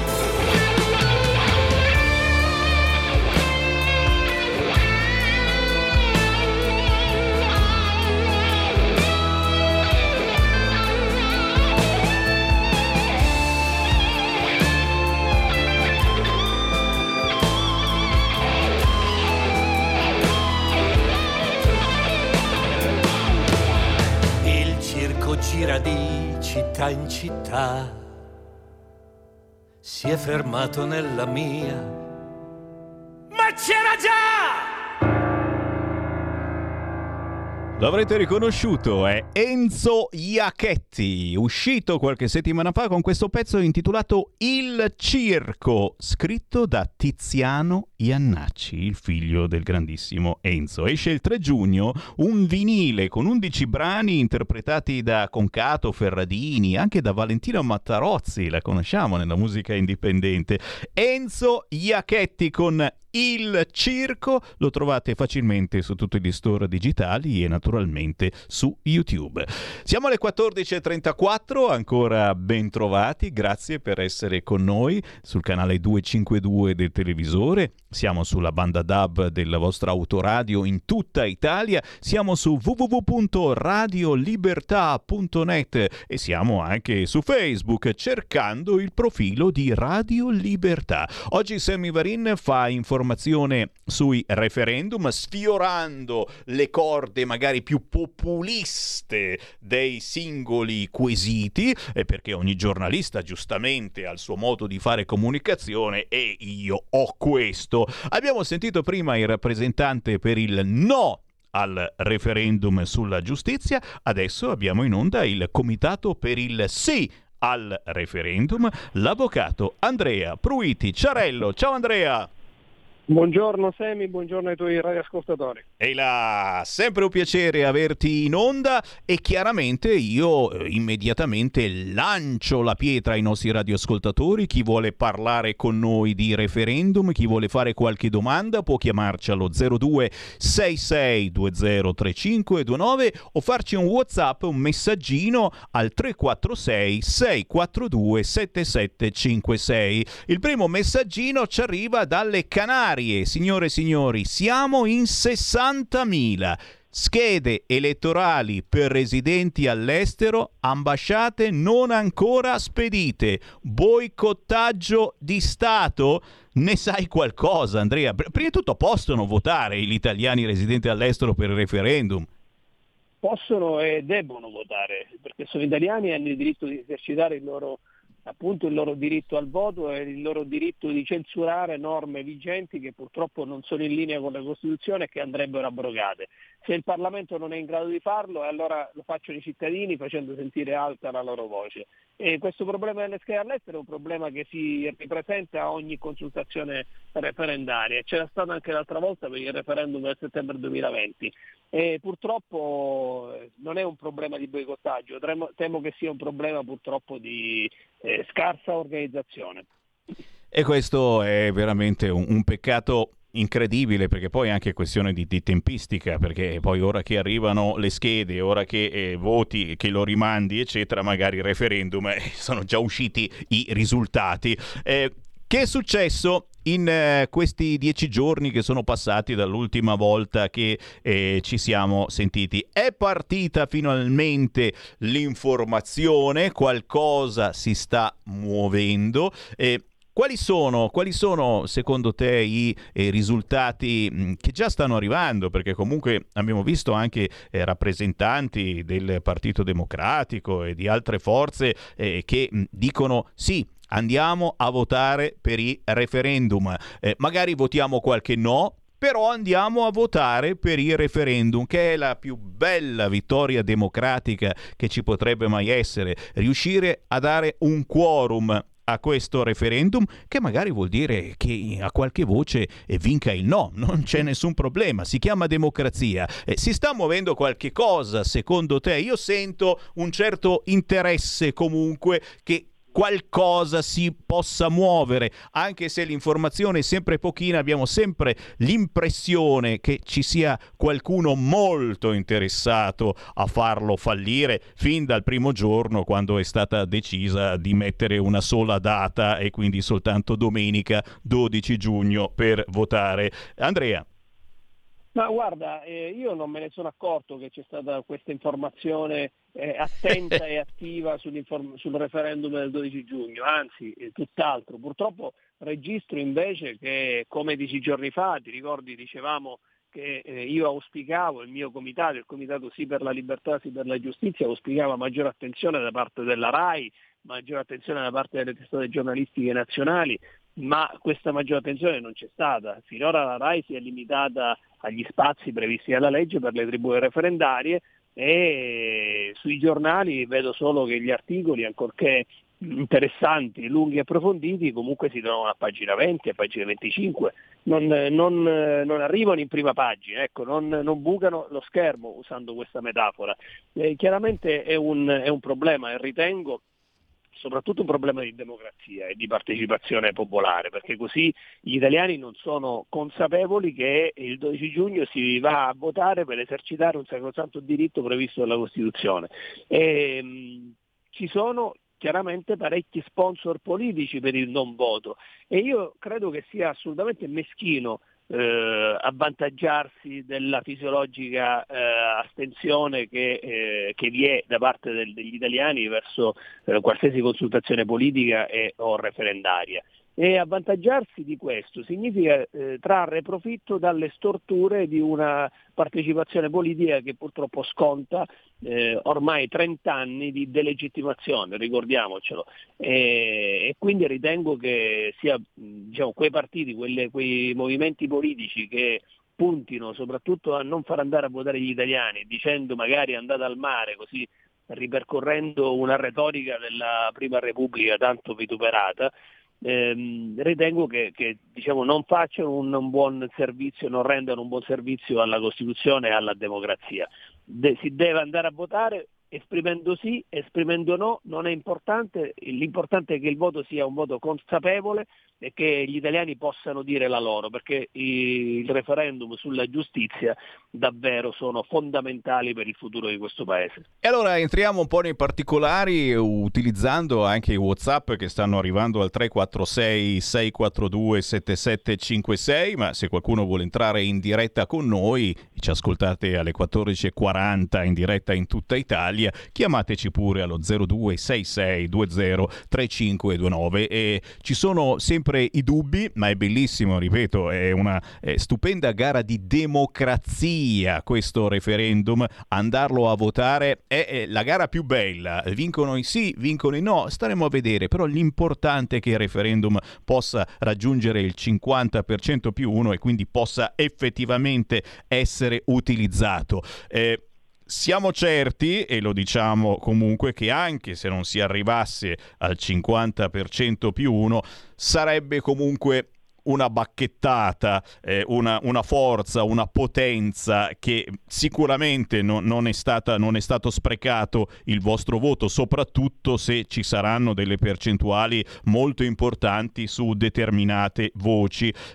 Il circo gira di città in città, si è fermato nella mia, ma c'era già! L'avrete riconosciuto, è Enzo Iacchetti, uscito qualche settimana fa con questo pezzo intitolato Il Circo, scritto da Tiziano Iannacci, il figlio del grandissimo Enzo. Esce il tre giugno un vinile con undici brani interpretati da Concato, Ferradini, anche da Valentina Mattarozzi, la conosciamo nella musica indipendente. Enzo Iacchetti con Il Circo, lo trovate facilmente su tutti gli store digitali e naturalmente su YouTube. Siamo alle quattordici e trentaquattro, ancora ben trovati, grazie per essere con noi sul canale duecentocinquantadue del televisore, siamo sulla banda D A B della vostra autoradio in tutta Italia, siamo su w w w punto radio libertà punto net e siamo anche su Facebook cercando il profilo di Radio Libertà. Oggi Sammy Varin fa informazioni sui referendum, sfiorando le corde magari più populiste dei singoli quesiti, eh, perché ogni giornalista giustamente ha il suo modo di fare comunicazione e io ho questo. Abbiamo sentito prima il rappresentante per il no al referendum sulla giustizia, adesso abbiamo in onda il comitato per il sì al referendum, l'avvocato Andrea Pruiti Ciarello. Ciao Andrea! Buongiorno Semi, buongiorno ai tuoi radioascoltatori. E là, sempre un piacere averti in onda e chiaramente io eh, immediatamente lancio la pietra ai nostri radioascoltatori. Chi vuole parlare con noi di referendum, chi vuole fare qualche domanda può chiamarci allo zero due sei sei due zero tre cinque due nove o farci un WhatsApp, un messaggino al tre quattro sei sei quattro due sette sette cinque sei. Il primo messaggino ci arriva dalle Canarie. Signore e signori, siamo in sessantamila. Schede elettorali per residenti all'estero, ambasciate non ancora spedite. Boicottaggio di Stato? Ne sai qualcosa, Andrea? Prima di tutto, possono votare gli italiani residenti all'estero per il referendum? Possono e debbono votare, perché sono italiani e hanno il diritto di esercitare il loro appunto il loro diritto al voto e il loro diritto di censurare norme vigenti che purtroppo non sono in linea con la Costituzione e che andrebbero abrogate. Se il Parlamento non è in grado di farlo, allora lo facciano i cittadini facendo sentire alta la loro voce. E questo problema delle schede all'estero è un problema che si ripresenta a ogni consultazione referendaria. C'era stato anche l'altra volta per il referendum del settembre duemilaventi. E purtroppo non è un problema di boicottaggio, temo, temo che sia un problema purtroppo di eh, scarsa organizzazione. E questo è veramente un, un peccato incredibile, perché poi è anche questione di, di tempistica, perché poi ora che arrivano le schede, ora che eh, voti, che lo rimandi eccetera, magari il referendum eh, sono già usciti i risultati. Eh, che è successo in eh, questi dieci giorni che sono passati dall'ultima volta che eh, ci siamo sentiti? È partita finalmente l'informazione, qualcosa si sta muovendo. Eh, Quali sono, quali sono secondo te i eh, risultati mh, che già stanno arrivando? Perché comunque abbiamo visto anche eh, rappresentanti del Partito Democratico e di altre forze eh, che mh, dicono sì, andiamo a votare per i referendum. Eh, magari votiamo qualche no, però andiamo a votare per il referendum, che è la più bella vittoria democratica che ci potrebbe mai essere. Riuscire a dare un quorum a questo referendum, che magari vuol dire che a qualche voce vinca il no, non c'è nessun problema, si chiama democrazia. Eh, si sta muovendo qualche cosa secondo te? Io sento un certo interesse comunque che qualcosa si possa muovere, anche se l'informazione è sempre pochina, abbiamo sempre l'impressione che ci sia qualcuno molto interessato a farlo fallire fin dal primo giorno, quando è stata decisa di mettere una sola data e quindi soltanto domenica dodici giugno per votare. Andrea. Ma guarda, eh, io non me ne sono accorto che c'è stata questa informazione eh, attenta e attiva sul referendum del dodici giugno, anzi eh, tutt'altro. Purtroppo registro invece che, come dieci giorni fa, ti ricordi, dicevamo che eh, io auspicavo, il mio comitato, il comitato Sì per la Libertà, Sì per la Giustizia, auspicava maggiore attenzione da parte della RAI, maggiore attenzione da parte delle testate giornalistiche nazionali, ma questa maggiore attenzione non c'è stata. Finora la RAI si è limitata agli spazi previsti dalla legge per le tribune referendarie e sui giornali vedo solo che gli articoli, ancorché interessanti, lunghi e approfonditi, comunque si trovano a pagina venti, a pagina venticinque, non, non, non arrivano in prima pagina, ecco, non, non bucano lo schermo, usando questa metafora. Eh, chiaramente è un, è un problema e ritengo soprattutto un problema di democrazia e di partecipazione popolare, perché così gli italiani non sono consapevoli che il dodici giugno si va a votare per esercitare un sacrosanto diritto previsto dalla Costituzione. E, mh, ci sono chiaramente parecchi sponsor politici per il non voto e io credo che sia assolutamente meschino Eh, avvantaggiarsi della fisiologica eh, astensione che, eh, che vi è da parte del, degli italiani verso eh, qualsiasi consultazione politica e, o referendaria. E avvantaggiarsi di questo significa eh, trarre profitto dalle storture di una partecipazione politica che purtroppo sconta eh, ormai trenta anni di delegittimazione, ricordiamocelo, e, e quindi ritengo che sia, diciamo, quei partiti, quelle, quei movimenti politici che puntino soprattutto a non far andare a votare gli italiani, dicendo magari andate al mare, così ripercorrendo una retorica della Prima Repubblica tanto vituperata, ehm, ritengo che, che diciamo, non facciano un, un buon servizio, non rendano un buon servizio alla Costituzione e alla democrazia. De- si deve andare a votare esprimendo sì, esprimendo no, non è importante, l'importante è che il voto sia un voto consapevole e che gli italiani possano dire la loro, perché il referendum sulla giustizia davvero sono fondamentali per il futuro di questo paese. E allora entriamo un po' nei particolari utilizzando anche i WhatsApp che stanno arrivando al tre quattro sei sei quattro due sette sette cinque sei, ma se qualcuno vuole entrare in diretta con noi, ci ascoltate alle quattordici e quaranta in diretta in tutta Italia, chiamateci pure allo zero due sei sei due zero tre cinque due nove e ci sono sempre i dubbi, ma è bellissimo, ripeto, è una è stupenda gara di democrazia questo referendum, andarlo a votare è, è la gara più bella, vincono i sì, vincono i no, staremo a vedere, però l'importante è che il referendum possa raggiungere il cinquanta per cento più uno e quindi possa effettivamente essere utilizzato. Eh, Siamo certi, e lo diciamo comunque, che anche se non si arrivasse al cinquanta per cento più uno, sarebbe comunque una bacchettata, eh, una, una forza, una potenza che sicuramente no, non è stata, non è stato sprecato il vostro voto, soprattutto se ci saranno delle percentuali molto importanti su determinate voci. Però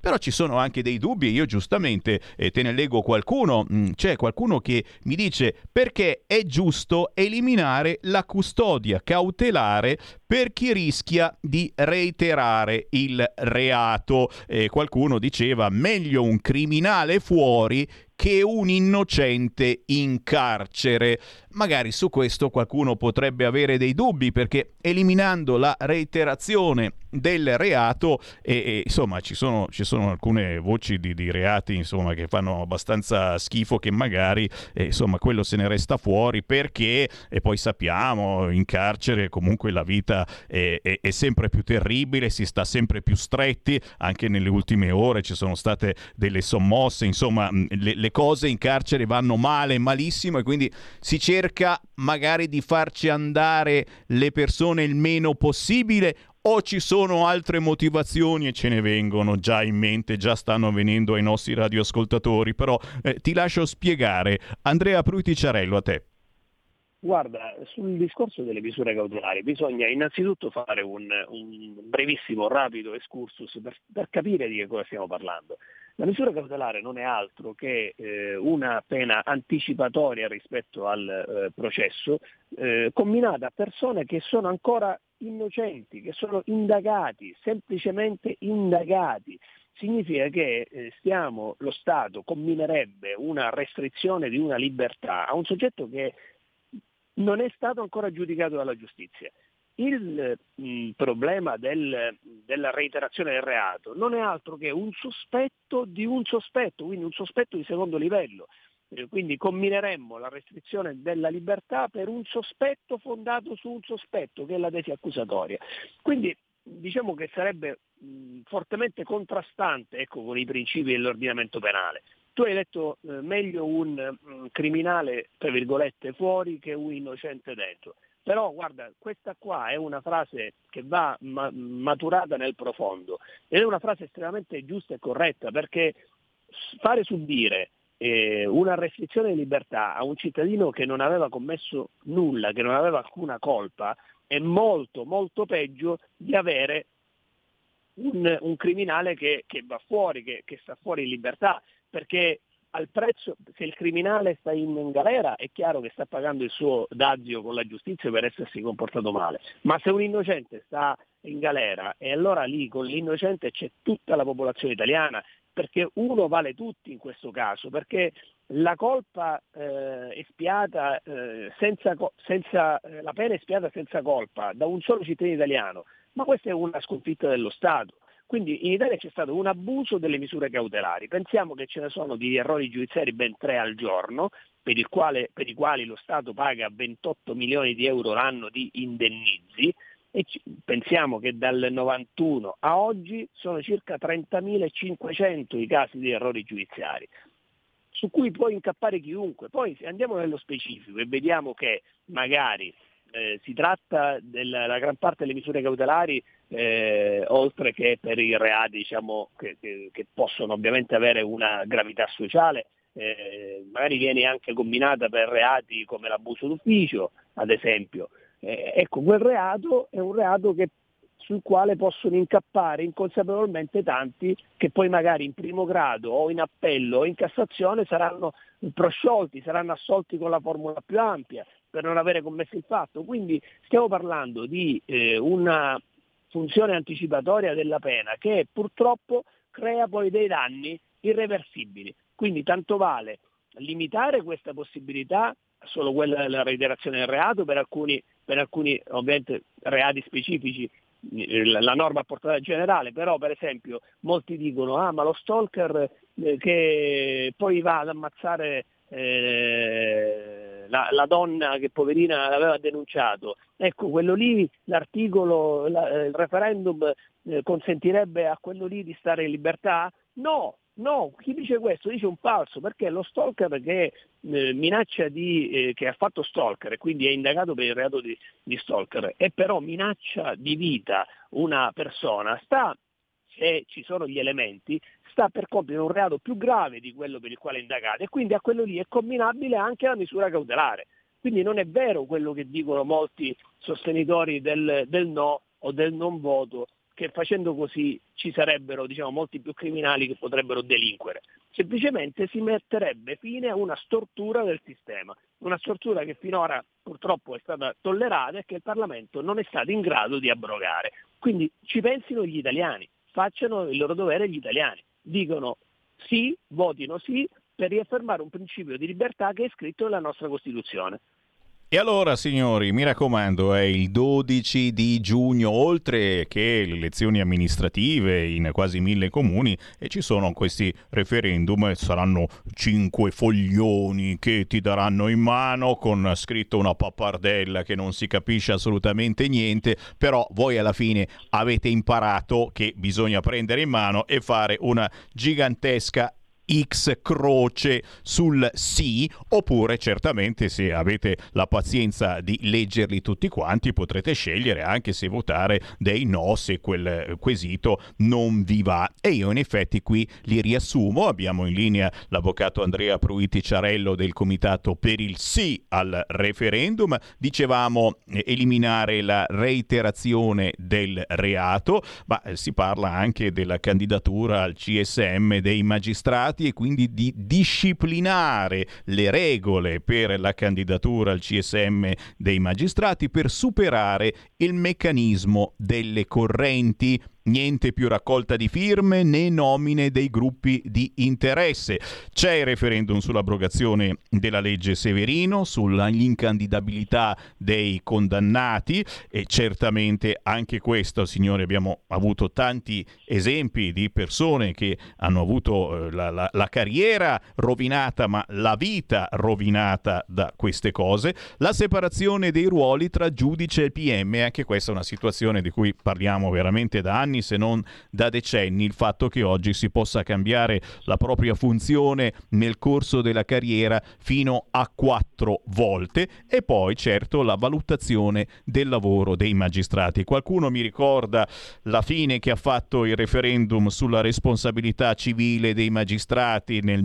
Però ci sono anche dei dubbi, io giustamente eh, te ne leggo qualcuno, mh, c'è qualcuno che mi dice perché è giusto eliminare la custodia cautelare per chi rischia di reiterare il reato. Eh, qualcuno diceva meglio un criminale fuori che un innocente in carcere. Magari su questo qualcuno potrebbe avere dei dubbi, perché eliminando la reiterazione del reato, e, e, insomma ci sono, ci sono alcune voci di, di reati insomma che fanno abbastanza schifo, che magari eh, insomma quello se ne resta fuori, perché e poi sappiamo in carcere comunque la vita è, è, è sempre più terribile, si sta sempre più stretti, anche nelle ultime ore ci sono state delle sommosse, insomma le, le cose in carcere vanno male, malissimo, e quindi si cerca magari di farci andare le persone il meno possibile. O ci sono altre motivazioni e ce ne vengono già in mente, già stanno venendo ai nostri radioascoltatori, però eh, ti lascio spiegare. Andrea Pruiticciarello, a te. Guarda, sul discorso delle misure cautelari bisogna innanzitutto fare un, un brevissimo, rapido excursus per, per capire di che cosa stiamo parlando. La misura cautelare non è altro che eh, una pena anticipatoria rispetto al eh, processo, eh, combinata a persone che sono ancora innocenti, che sono indagati, semplicemente indagati. Significa che eh, stiamo, lo Stato combinerebbe una restrizione di una libertà a un soggetto che non è stato ancora giudicato dalla giustizia. Il mh, problema del, della reiterazione del reato non è altro che un sospetto di un sospetto, quindi un sospetto di secondo livello. Eh, quindi combineremmo la restrizione della libertà per un sospetto fondato su un sospetto, che è la tesi accusatoria. Quindi diciamo che sarebbe mh, fortemente contrastante, ecco, con i principi dell'ordinamento penale. Tu hai detto eh, meglio un mh, criminale, tra virgolette, fuori che un innocente dentro. Però guarda, questa qua è una frase che va ma- maturata nel profondo, ed è una frase estremamente giusta e corretta, perché fare subire eh, una restrizione di libertà a un cittadino che non aveva commesso nulla, che non aveva alcuna colpa, è molto molto peggio di avere un, un criminale che, che va fuori, che, che sta fuori in libertà, perché al prezzo, se il criminale sta in galera è chiaro che sta pagando il suo dazio con la giustizia per essersi comportato male, ma se un innocente sta in galera, e allora lì con l'innocente c'è tutta la popolazione italiana, perché uno vale tutti in questo caso, perché la colpa eh, espiata eh, senza, senza eh, la pena espiata senza colpa da un solo cittadino italiano, ma questa è una sconfitta dello Stato. Quindi in Italia c'è stato un abuso delle misure cautelari. Pensiamo che ce ne sono di errori giudiziari ben tre al giorno, per, il quale, per i quali lo Stato paga ventotto milioni di euro l'anno di indennizi, e ci, pensiamo che dal novantuno a oggi sono circa trentamilacinquecento i casi di errori giudiziari, su cui può incappare chiunque. Poi se andiamo nello specifico e vediamo che magari Eh, si tratta della la gran parte delle misure cautelari, eh, oltre che per i reati diciamo, che, che, che possono ovviamente avere una gravità sociale, eh, magari viene anche combinata per reati come l'abuso d'ufficio, ad esempio. Eh, ecco, quel reato è un reato che, sul quale possono incappare inconsapevolmente tanti, che poi magari in primo grado o in appello o in Cassazione saranno prosciolti, saranno assolti con la formula più ampia per non avere commesso il fatto. Quindi stiamo parlando di eh, una funzione anticipatoria della pena che purtroppo crea poi dei danni irreversibili. Quindi tanto vale limitare questa possibilità, solo quella della reiterazione del reato, per alcuni, per alcuni ovviamente reati specifici, la norma a portata generale, però per esempio molti dicono ah ma lo stalker eh, che poi va ad ammazzare eh, la, la donna che poverina l'aveva denunciato, ecco quello lì l'articolo, la, il referendum eh, consentirebbe a quello lì di stare in libertà? No, no, chi dice questo dice un falso, perché lo stalker che eh, minaccia di eh, che ha fatto stalker e quindi è indagato per il reato di, di stalker, e però minaccia di vita una persona, sta, se ci sono gli elementi, sta per compiere un reato più grave di quello per il quale è indagato, e quindi a quello lì è combinabile anche la misura cautelare. Quindi non è vero quello che dicono molti sostenitori del, del no o del non voto che facendo così ci sarebbero, diciamo, molti più criminali che potrebbero delinquere. Semplicemente si metterebbe fine a una stortura del sistema, una stortura che finora purtroppo è stata tollerata e che il Parlamento non è stato in grado di abrogare. Quindi ci pensino gli italiani, facciano il loro dovere gli italiani, dicono sì, votino sì per riaffermare un principio di libertà che è scritto nella nostra Costituzione. E allora, signori, mi raccomando, è il dodici di giugno, oltre che le elezioni amministrative in quasi mille comuni, e ci sono questi referendum, saranno cinque foglioni che ti daranno in mano con scritto una pappardella che non si capisce assolutamente niente, però voi alla fine avete imparato che bisogna prendere in mano e fare una gigantesca X croce sul sì, oppure certamente, se avete la pazienza di leggerli tutti quanti, potrete scegliere anche se votare dei no, se quel quesito non vi va. E io in effetti qui li riassumo. Abbiamo in linea l'avvocato Andrea Pruiti Ciarello del Comitato per il sì al referendum. Dicevamo eh, eliminare la reiterazione del reato, ma eh, si parla anche della candidatura al C S M dei magistrati e quindi di disciplinare le regole per la candidatura al C S M dei magistrati per superare il meccanismo delle correnti. Niente più raccolta di firme né nomine dei gruppi di interesse. C'è il referendum sull'abrogazione della legge Severino, sull'incandidabilità dei condannati, e certamente anche questo, signori, abbiamo avuto tanti esempi di persone che hanno avuto eh, la, la, la carriera rovinata, ma la vita rovinata da queste cose. La separazione dei ruoli tra giudice e P M, anche questa è una situazione di cui parliamo veramente da anni, se non da decenni, il fatto che oggi si possa cambiare la propria funzione nel corso della carriera fino a quattro volte. E poi certo la valutazione del lavoro dei magistrati. Qualcuno mi ricorda la fine che ha fatto il referendum sulla responsabilità civile dei magistrati nel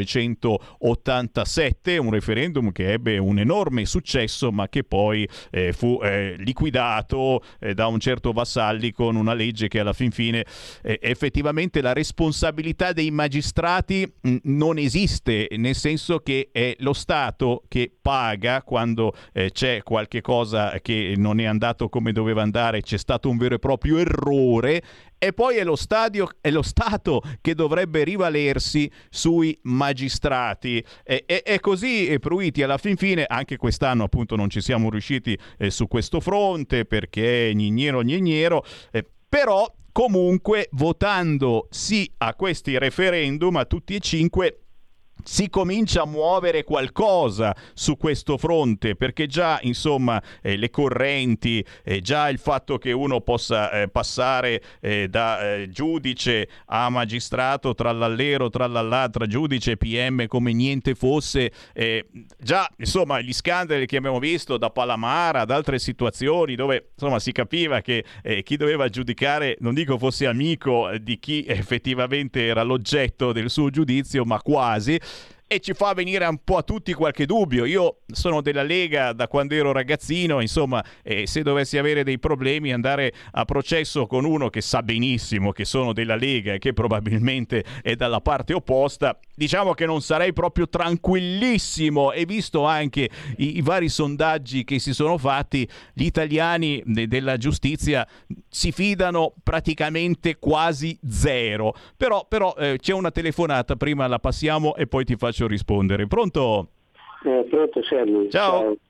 millenovecentottantasette, un referendum che ebbe un enorme successo ma che poi eh, fu eh, liquidato eh, da un certo Vassalli con una legge che alla fin fine eh, effettivamente la responsabilità dei magistrati mh, non esiste, nel senso che è lo Stato che paga quando eh, c'è qualche cosa che non è andato come doveva andare, c'è stato un vero e proprio errore, e poi è lo, stadio, è lo Stato che dovrebbe rivalersi sui magistrati. E, e, e così e Pruiti alla fin fine, anche quest'anno appunto non ci siamo riusciti eh, su questo fronte perché gnignero gnignero, eh, però comunque votando sì a questi referendum, a tutti e cinque, si comincia a muovere qualcosa su questo fronte, perché già insomma eh, le correnti, eh, già il fatto che uno possa eh, passare eh, da eh, giudice a magistrato, trallallero, trallallà, tra giudice e P M come niente fosse, eh, già insomma gli scandali che abbiamo visto da Palamara, ad altre situazioni dove insomma si capiva che eh, chi doveva giudicare, non dico fosse amico eh, di chi effettivamente era l'oggetto del suo giudizio, ma quasi. E ci fa venire un po' a tutti qualche dubbio. Io sono della Lega da quando ero ragazzino, insomma, eh, se dovessi avere dei problemi, andare a processo con uno che sa benissimo che sono della Lega e che probabilmente è dalla parte opposta, diciamo che non sarei proprio tranquillissimo. E visto anche i, i vari sondaggi che si sono fatti, gli italiani de- della giustizia si fidano praticamente quasi zero. Però, però eh, c'è una telefonata, prima la passiamo e poi ti faccio rispondere. Pronto? Eh, pronto Sergio. Ciao. Ciao.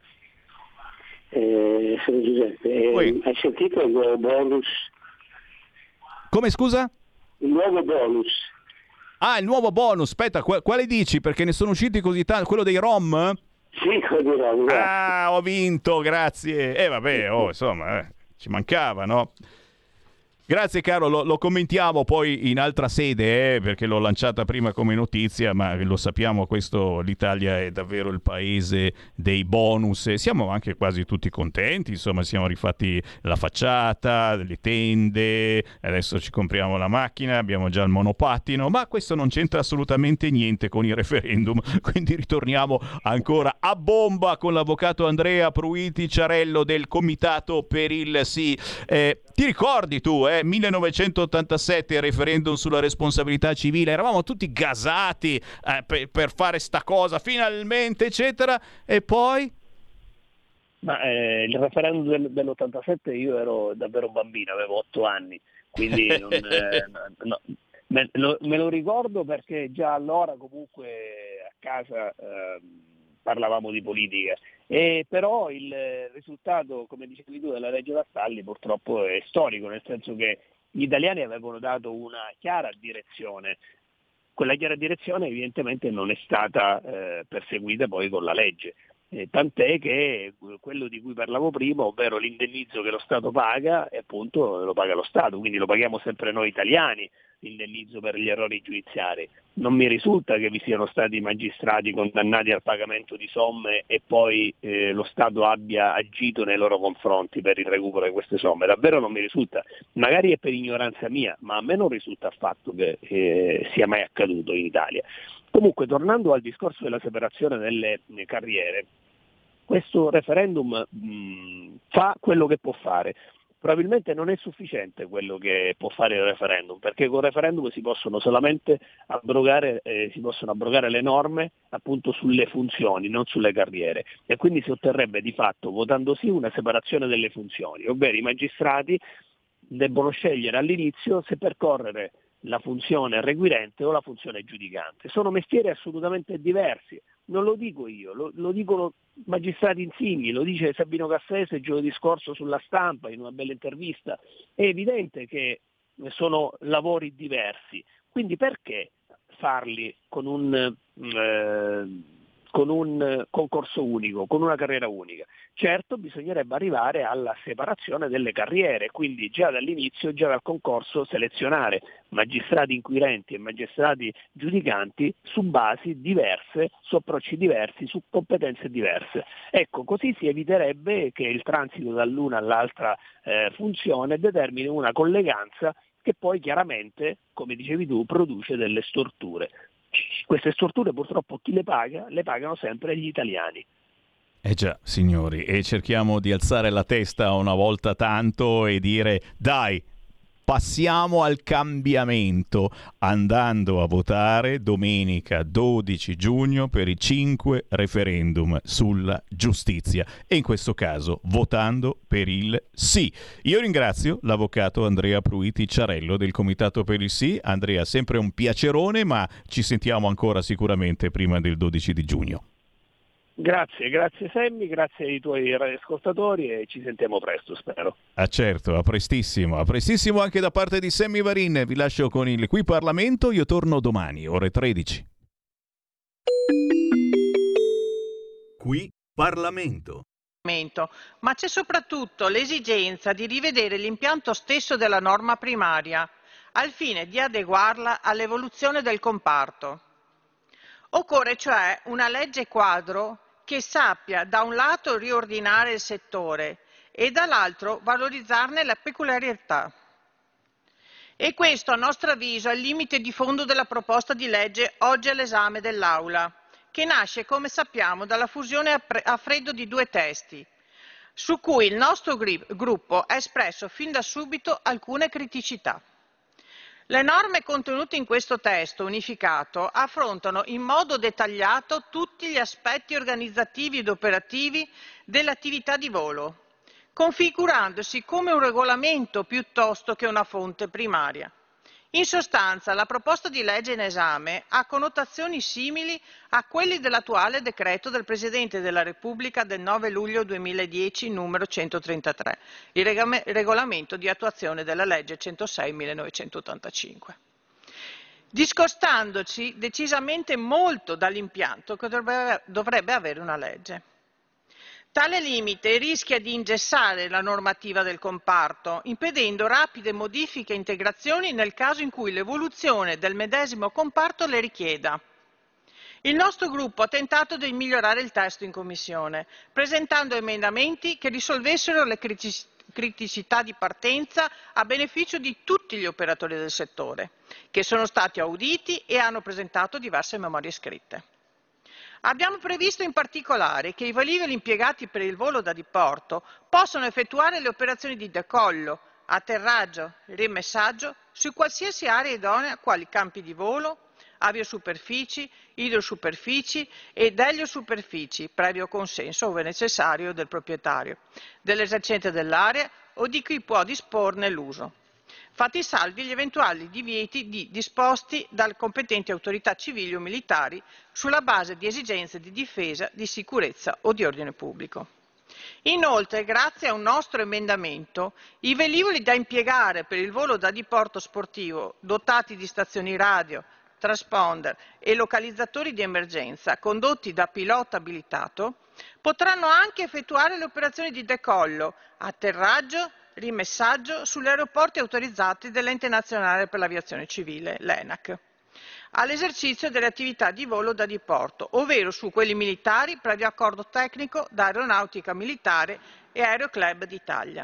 Eh, sono Giuseppe. Eh, hai sentito il nuovo bonus? Come, scusa? Il nuovo bonus. Ah, il nuovo bonus. Aspetta, qu- quale dici? Perché ne sono usciti così tanti. Quello dei Rom? Sì, quello dei Rom. Ah, ho vinto, grazie. E eh, vabbè, oh, insomma, eh, ci mancava, no? Grazie caro, lo, lo commentiamo poi in altra sede, eh, perché l'ho lanciata prima come notizia, ma lo sappiamo, questo, l'Italia è davvero il paese dei bonus e siamo anche quasi tutti contenti, insomma siamo rifatti la facciata, le tende, adesso ci compriamo la macchina, abbiamo già il monopattino, ma questo non c'entra assolutamente niente con il referendum, quindi ritorniamo ancora a bomba con l'avvocato Andrea Pruiti Ciarello del Comitato per il Sì. Eh, ti ricordi tu, eh? il millenovecentottantasette, il referendum sulla responsabilità civile, eravamo tutti gasati eh, per, per fare sta cosa, finalmente, eccetera, e poi... Ma eh, il referendum del, dell'ottantasette io ero davvero bambino, avevo otto anni, quindi non, eh, no, me, lo, me lo ricordo perché già allora comunque a casa eh, parlavamo di politica, e però il risultato, come dicevi tu, della legge Vassalli purtroppo è storico, nel senso che gli italiani avevano dato una chiara direzione. Quella chiara direzione evidentemente non è stata eh, perseguita poi con la legge. Eh, tant'è che quello di cui parlavo prima, ovvero l'indennizzo che lo Stato paga, e appunto lo paga lo Stato, quindi lo paghiamo sempre noi italiani, l'indennizzo per gli errori giudiziari. Non mi risulta che vi siano stati magistrati condannati al pagamento di somme e poi eh, lo Stato abbia agito nei loro confronti per il recupero di queste somme. Davvero non mi risulta, magari è per ignoranza mia, ma a me non risulta affatto che eh, sia mai accaduto in Italia. Comunque, tornando al discorso della separazione delle carriere, questo referendum mh, fa quello che può fare. Probabilmente non è sufficiente quello che può fare il referendum, perché con il referendum si possono solamente abrogare, eh, si possono abrogare le norme appunto sulle funzioni, non sulle carriere, e quindi si otterrebbe di fatto, votando sì, una separazione delle funzioni, ovvero i magistrati debbono scegliere all'inizio se percorrere la funzione requirente o la funzione giudicante. Sono mestieri assolutamente diversi, non lo dico io, lo, lo dicono magistrati insigni, lo dice Sabino Cassese giovedì scorso sulla Stampa in una bella intervista. È evidente che sono lavori diversi, quindi perché farli con un, eh, con un concorso unico, con una carriera unica? Certo, bisognerebbe arrivare alla separazione delle carriere, quindi già dall'inizio, già dal concorso, selezionare magistrati inquirenti e magistrati giudicanti su basi diverse, su approcci diversi, su competenze diverse. Ecco, così si eviterebbe che il transito dall'una all'altra eh, funzione determini una colleganza che poi chiaramente, come dicevi tu, produce delle storture. Queste storture purtroppo chi le paga? Le pagano sempre gli italiani. Eh già, signori, e cerchiamo di alzare la testa una volta tanto e dire dai, passiamo al cambiamento, andando a votare domenica dodici giugno per i cinque referendum sulla giustizia, e in questo caso votando per il sì. Io ringrazio l'avvocato Andrea Pruiti Ciarello del Comitato per il Sì. Andrea, sempre un piacerone, ma ci sentiamo ancora sicuramente prima del dodici di giugno. Grazie, grazie Sammy, grazie ai tuoi radioascoltatori e ci sentiamo presto, spero. Ah certo, a prestissimo, a prestissimo anche da parte di Sammy Varin. Vi lascio con il Qui Parlamento, io torno domani, ore tredici. Qui Parlamento. Ma c'è soprattutto l'esigenza di rivedere l'impianto stesso della norma primaria, al fine di adeguarla all'evoluzione del comparto. Occorre cioè una legge quadro che sappia da un lato riordinare il settore e dall'altro valorizzarne la peculiarità. E questo, a nostro avviso, è il limite di fondo della proposta di legge oggi all'esame dell'Aula, che nasce, come sappiamo, dalla fusione a, pre- a freddo di due testi, su cui il nostro gri- gruppo ha espresso fin da subito alcune criticità. Le norme contenute in questo testo unificato affrontano in modo dettagliato tutti gli aspetti organizzativi ed operativi dell'attività di volo, configurandosi come un regolamento piuttosto che una fonte primaria. In sostanza, la proposta di legge in esame ha connotazioni simili a quelle dell'attuale decreto del Presidente della Repubblica del nove luglio duemiladieci numero centotrentatré, il reg- regolamento di attuazione della legge centosei millenovecentottantacinque, discostandoci decisamente molto dall'impianto che dovrebbe, dovrebbe avere una legge. Tale limite rischia di ingessare la normativa del comparto, impedendo rapide modifiche e integrazioni nel caso in cui l'evoluzione del medesimo comparto le richieda. Il nostro gruppo ha tentato di migliorare il testo in Commissione, presentando emendamenti che risolvessero le criticità di partenza a beneficio di tutti gli operatori del settore, che sono stati auditi e hanno presentato diverse memorie scritte. Abbiamo previsto in particolare che i velivoli impiegati per il volo da diporto possano effettuare le operazioni di decollo, atterraggio, rimessaggio su qualsiasi area idonea quali campi di volo, aviosuperfici, idrosuperfici ed eliosuperfici, previo consenso, ove necessario, del proprietario, dell'esercente dell'area o di chi può disporne l'uso, fatti salvi gli eventuali divieti di disposti dalle competenti autorità civili o militari sulla base di esigenze di difesa, di sicurezza o di ordine pubblico. Inoltre, grazie a un nostro emendamento, i velivoli da impiegare per il volo da diporto sportivo dotati di stazioni radio, transponder e localizzatori di emergenza condotti da pilota abilitato potranno anche effettuare le operazioni di decollo, atterraggio, rimessaggio sugli aeroporti autorizzati dell'Ente Nazionale per l'Aviazione Civile, l'E N A C, all'esercizio delle attività di volo da diporto, ovvero su quelli militari previo accordo tecnico da Aeronautica Militare e Aeroclub d'Italia.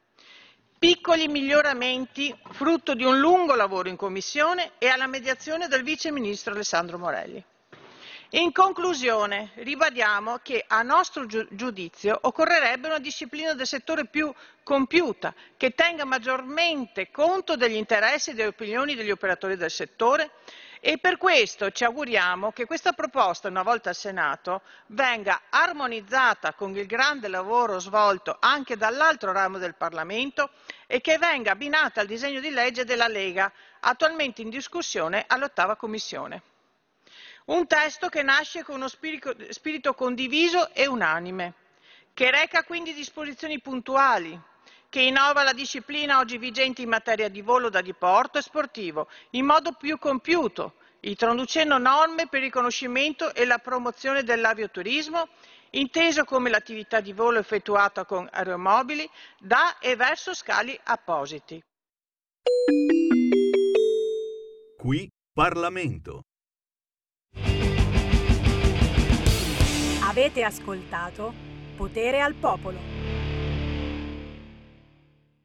Piccoli miglioramenti frutto di un lungo lavoro in Commissione e alla mediazione del Vice Ministro Alessandro Morelli. In conclusione, ribadiamo che a nostro giudizio occorrerebbe una disciplina del settore più compiuta, che tenga maggiormente conto degli interessi e delle opinioni degli operatori del settore, e per questo ci auguriamo che questa proposta, una volta al Senato, venga armonizzata con il grande lavoro svolto anche dall'altro ramo del Parlamento e che venga abbinata al disegno di legge della Lega, attualmente in discussione all'ottava Commissione. Un testo che nasce con uno spirito, spirito condiviso e unanime, che reca quindi disposizioni puntuali, che innova la disciplina oggi vigente in materia di volo da diporto e sportivo in modo più compiuto, introducendo norme per il riconoscimento e la promozione dell'avioturismo, inteso come l'attività di volo effettuata con aeromobili da e verso scali appositi. Qui Parlamento. Avete ascoltato Potere al Popolo.